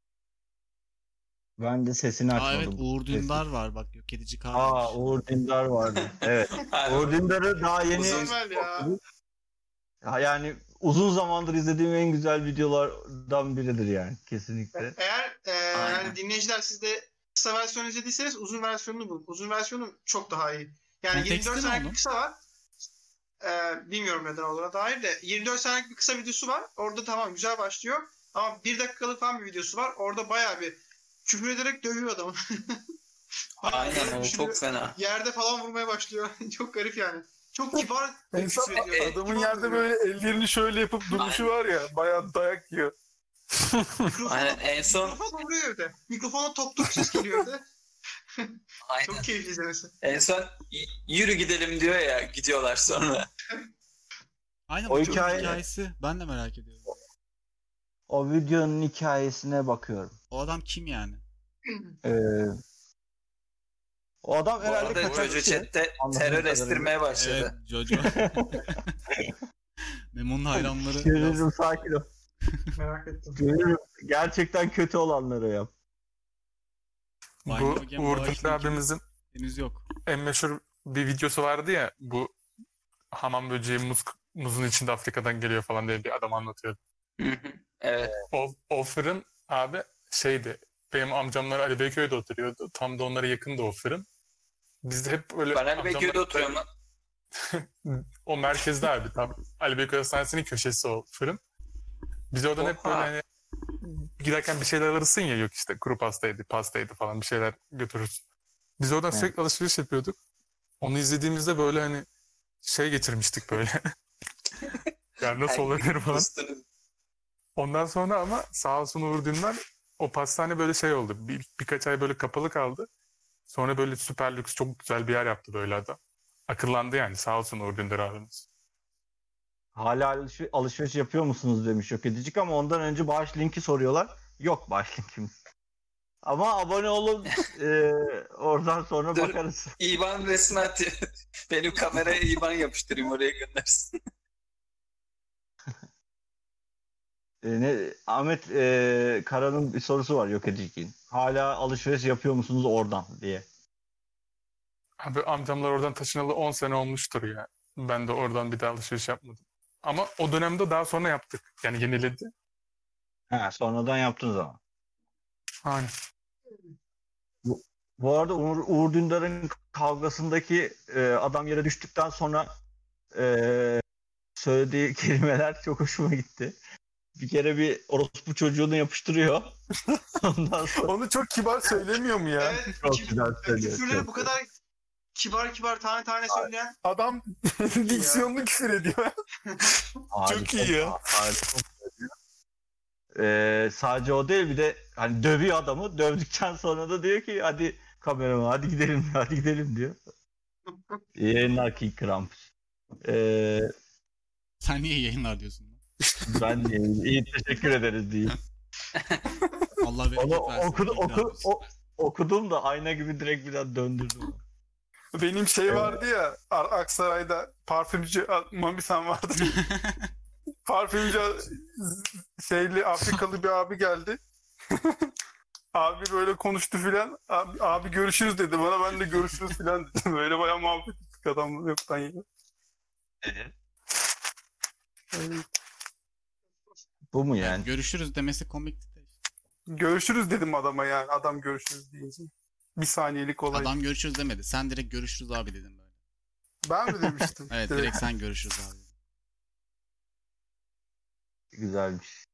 Ben de sesini Aa açmadım. evet, Uğur Dündar var bak, yok edici kar Aa, demiş. Uğur Dündar vardı. Evet. Aynen. Uğur Dündar'ı daha yeni... Uzun ver ya. Yani uzun zamandır izlediğim en güzel videolardan biridir yani. Kesinlikle. Eğer Aynen. yani dinleyiciler siz de kısa versiyonu izlediyseniz uzun versiyonunu bulun. Uzun versiyonu çok daha iyi. Yani Konteksti 24 ne saniyelik onun? bir kısa var. Bilmiyorum neden olduğuna dair de 24 saniyelik bir kısa videosu var. Orada tamam güzel başlıyor. Ama 1 dakikalık falan bir videosu var. Orada bayağı bir küfür ederek dövüyor adamı. Aynen, o çok fena. Yerde falan vurmaya başlıyor. Çok garip yani. Çok kibar En son küfür ediyor. adamın Kibar yerde dövüyor. böyle ellerini şöyle yapıp duruşu var ya. Bayağı dayak yiyor. Aynen, en son Mikrofon vuruyor evde. Mikrofona top top ses geliyor evde. aynen. Çok keyifli izlemesi. En son yürü gidelim diyor ya, gidiyorlar sonra. Aynen, O o çocuğun hikaye- hikayesi ben de merak ediyorum. O videonun hikayesine bakıyorum. O adam kim yani? Ee, O adam Bu herhalde arada kaçakçı. Jojo chatte Anladığım terör kadarıyla. estirmeye başladı. Evet, Jojo. Memo'nun hayranları biraz... Görürüm, sakin ol. Merak ettim. Görürüm. Gerçekten kötü olanları yap. Bu Vine Again Uğur Boy Dündar abimizin henüz yok. en meşhur bir videosu vardı ya. Bu hamam böceği muzun içinde Afrika'dan geliyor falan diye bir adam anlatıyordu. Hı hı. Evet. O fırın abi şeydi. Benim amcamlar Ali Beyköy'de oturuyordu. Tam da onlara yakındı o fırın. Biz de hep böyle Ben Ali Bekir'de amcamlar- oturuyorum lan. O merkezde abi tam. Ali Beyköy Hastanesi'nin köşesi o fırın. Biz oradan hep böyle Oha. hani giderken bir şeyler alırsın ya, yok işte kuru pastaydı falan bir şeyler götürürsün. Biz oradan Evet. sürekli alışveriş yapıyorduk. Onu izlediğimizde böyle hani şey geçirmiştik böyle. Yani nasıl olabilir falan. Fıstığını- Ondan sonra ama sağ olsun Uğur Dündar o pastane böyle şey oldu. Birkaç ay böyle kapalı kaldı. Sonra böyle süper lüks çok güzel bir yer yaptı böyle adam. Akıllandı yani, sağ olsun Uğur Dündar abimiz. Hala alışveriş yapıyor musunuz demiş Yok Edicik, ama ondan önce bağış linki soruyorlar. Yok bağış linkimiz. Ama abone olun. Oradan sonra Dur. bakarız. İban resmi atıyor. Benim kameraya İban yapıştırayım, oraya göndersin. Ahmet Kara'nın bir sorusu var Yok Edicik'in. Hala alışveriş yapıyor musunuz oradan diye. Abi amcamlar oradan taşınalı 10 sene olmuştur ya. Ben de oradan bir daha alışveriş yapmadım. Ama o dönemde daha sonra yaptık. Yani yeniledi. Ha, sonradan yaptınız ama. Aynen. Bu arada Uğur Dündar'ın kavgasındaki adam yere düştükten sonra söylediği kelimeler çok hoşuma gitti. bir kere bir orospu çocuğunu yapıştırıyor. Ondan sonra Onu çok kibar söylemiyor mu ya? Evet, çok güzel söylüyor. küfürleri çok bu kadar kibar tane tane söyleyen Adam diksiyonlu küfür ediyor. harika, Çok iyi ya. harika söylüyor. Sadece o değil, bir de hani dövüyor adamı. Dövdükten sonra da diyor ki hadi kameraman hadi gidelim hadi gidelim diyor. İyi yayınlar King Krampus. Sen niye yayınlar diyorsun? Ben de iyi teşekkür ederiz diyeyim. Allah bereket Onu versin. okudum da ayna gibi direkt biraz döndürdüm. Benim şey vardı ya Aksaray'da parfümcü Mami sen vardı. Parfümcü şeyli Afrikalı bir abi geldi. Abi böyle konuştu filan. Abi görüşürüz dedi bana. Ben de görüşürüz filan dedim. Böyle bayağı muhabbet ettik adamla yoktan yere. Evet. Bu mu yani? Görüşürüz demesi komikti de. Görüşürüz dedim adama yani. Adam görüşürüz deyince. Bir saniyelik olay. Adam görüşürüz demedi. Sen direkt görüşürüz abi dedin böyle. Ben mi demiştim? Evet direkt sen görüşürüz abi dedin. Güzelmiş.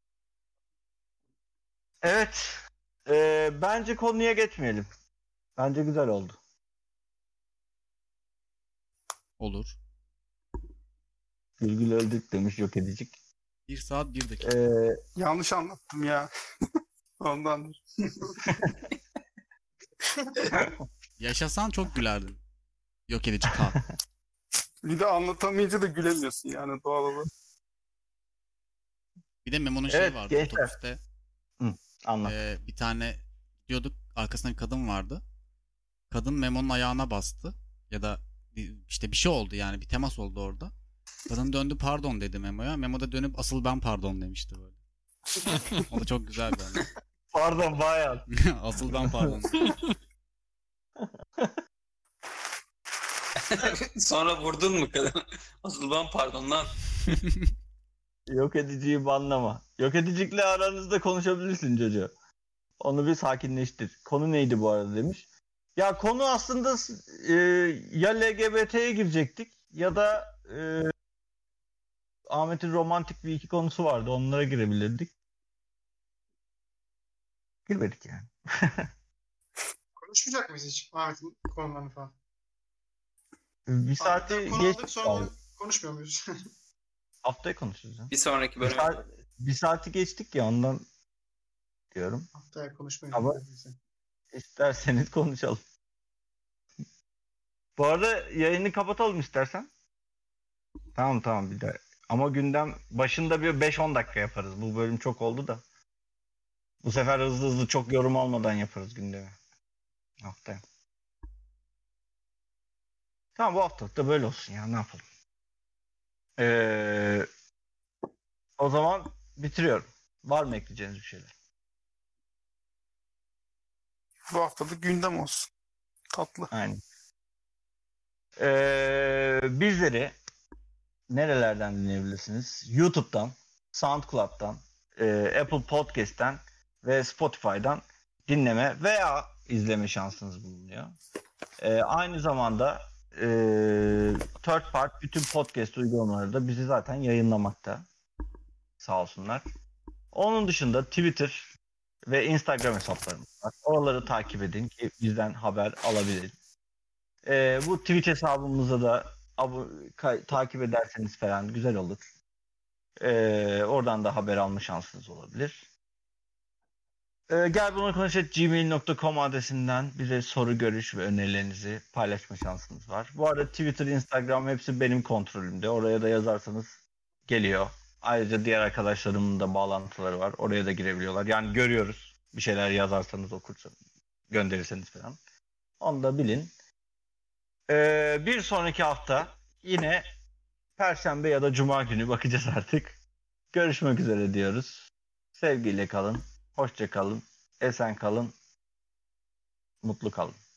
Evet. Bence konuya geçmeyelim. Bence güzel oldu. Olur. Gülgül öldük demiş yok edecek. 1 saat 1 dakika. Yanlış anlattım ya. Ondandır. Yaşasan çok gülerdin. Yok edici kal. Bir de anlatamayınca da gülemiyorsun yani doğal olarak. Bir de Memo'nun Evet, şeyi vardı gençler. otobüste. Anlat. Bir tane gidiyorduk, arkasında bir kadın vardı. Kadın Memo'nun ayağına bastı. Ya da işte bir şey oldu yani, bir temas oldu orada. Kadın döndü pardon dedi Memo'ya. Memo da dönüp asıl ben pardon demişti böyle. O da çok güzel bir anı. Pardon bayan. Asıl ben pardon. Sonra vurdun mu kadın? Asıl ben pardon lan. Yok ediciyi banlama. Yok edicikle aranızda konuşabilirsin çocuğu. Onu bir sakinleştir. Konu neydi bu arada demiş. Ya konu aslında ya LGBT'ye girecektik ya da Ahmet'in romantik bir iki konusu vardı. Onlara girebilirdik. Girmedik yani. konuşmayacak mıyız hiç Ahmet'in konularını falan? Bir saati Ahmet'ten konu aldık geçtik. sonra Abi. konuşmuyor muyuz? Haftaya konuşuruz ya. Bir sonraki Bir, bölüm. bir saati geçtik ya ondan diyorum. Haftaya konuşmayız. Ama isterseniz konuşalım. Bu arada yayını kapatalım istersen. Tamam bir de. Ama gündem başında bir 5-10 dakika yaparız. Bu bölüm çok oldu da. Bu sefer hızlı çok yorum almadan yaparız gündemi. Haftaya. Tamam bu haftalık da böyle olsun ya ne yapalım. O zaman bitiriyorum. Var mı ekleyeceğiniz bir şeyler? Bu haftada gündem olsun. Tatlı. Aynen. Bizleri nerelerden dinleyebilirsiniz? YouTube'dan, SoundCloud'dan, Apple Podcast'ten ve Spotify'dan dinleme veya izleme şansınız bulunuyor. Aynı zamanda Third Part bütün podcast uygulamaları da bizi zaten yayınlamakta. Sağ olsunlar. Onun dışında Twitter ve Instagram hesaplarımız var. Oraları takip edin ki bizden haber alabilin. Bu Twitch hesabımıza da takip ederseniz falan güzel olur. Oradan da haber alma şansınız olabilir. Gel bunu konuşalım. gmail.com adresinden bize soru, görüş ve önerilerinizi paylaşma şansınız var. Bu arada Twitter, Instagram hepsi benim kontrolümde. Oraya da yazarsanız geliyor. Ayrıca diğer arkadaşlarımın da bağlantıları var. Oraya da girebiliyorlar. Yani görüyoruz. Bir şeyler yazarsanız, okursanız, gönderirseniz falan. Onu da bilin. Bir sonraki hafta yine Perşembe ya da Cuma günü bakacağız artık. Görüşmek üzere diyoruz. Sevgiyle kalın. Hoşça kalın. Esen kalın. Mutlu kalın.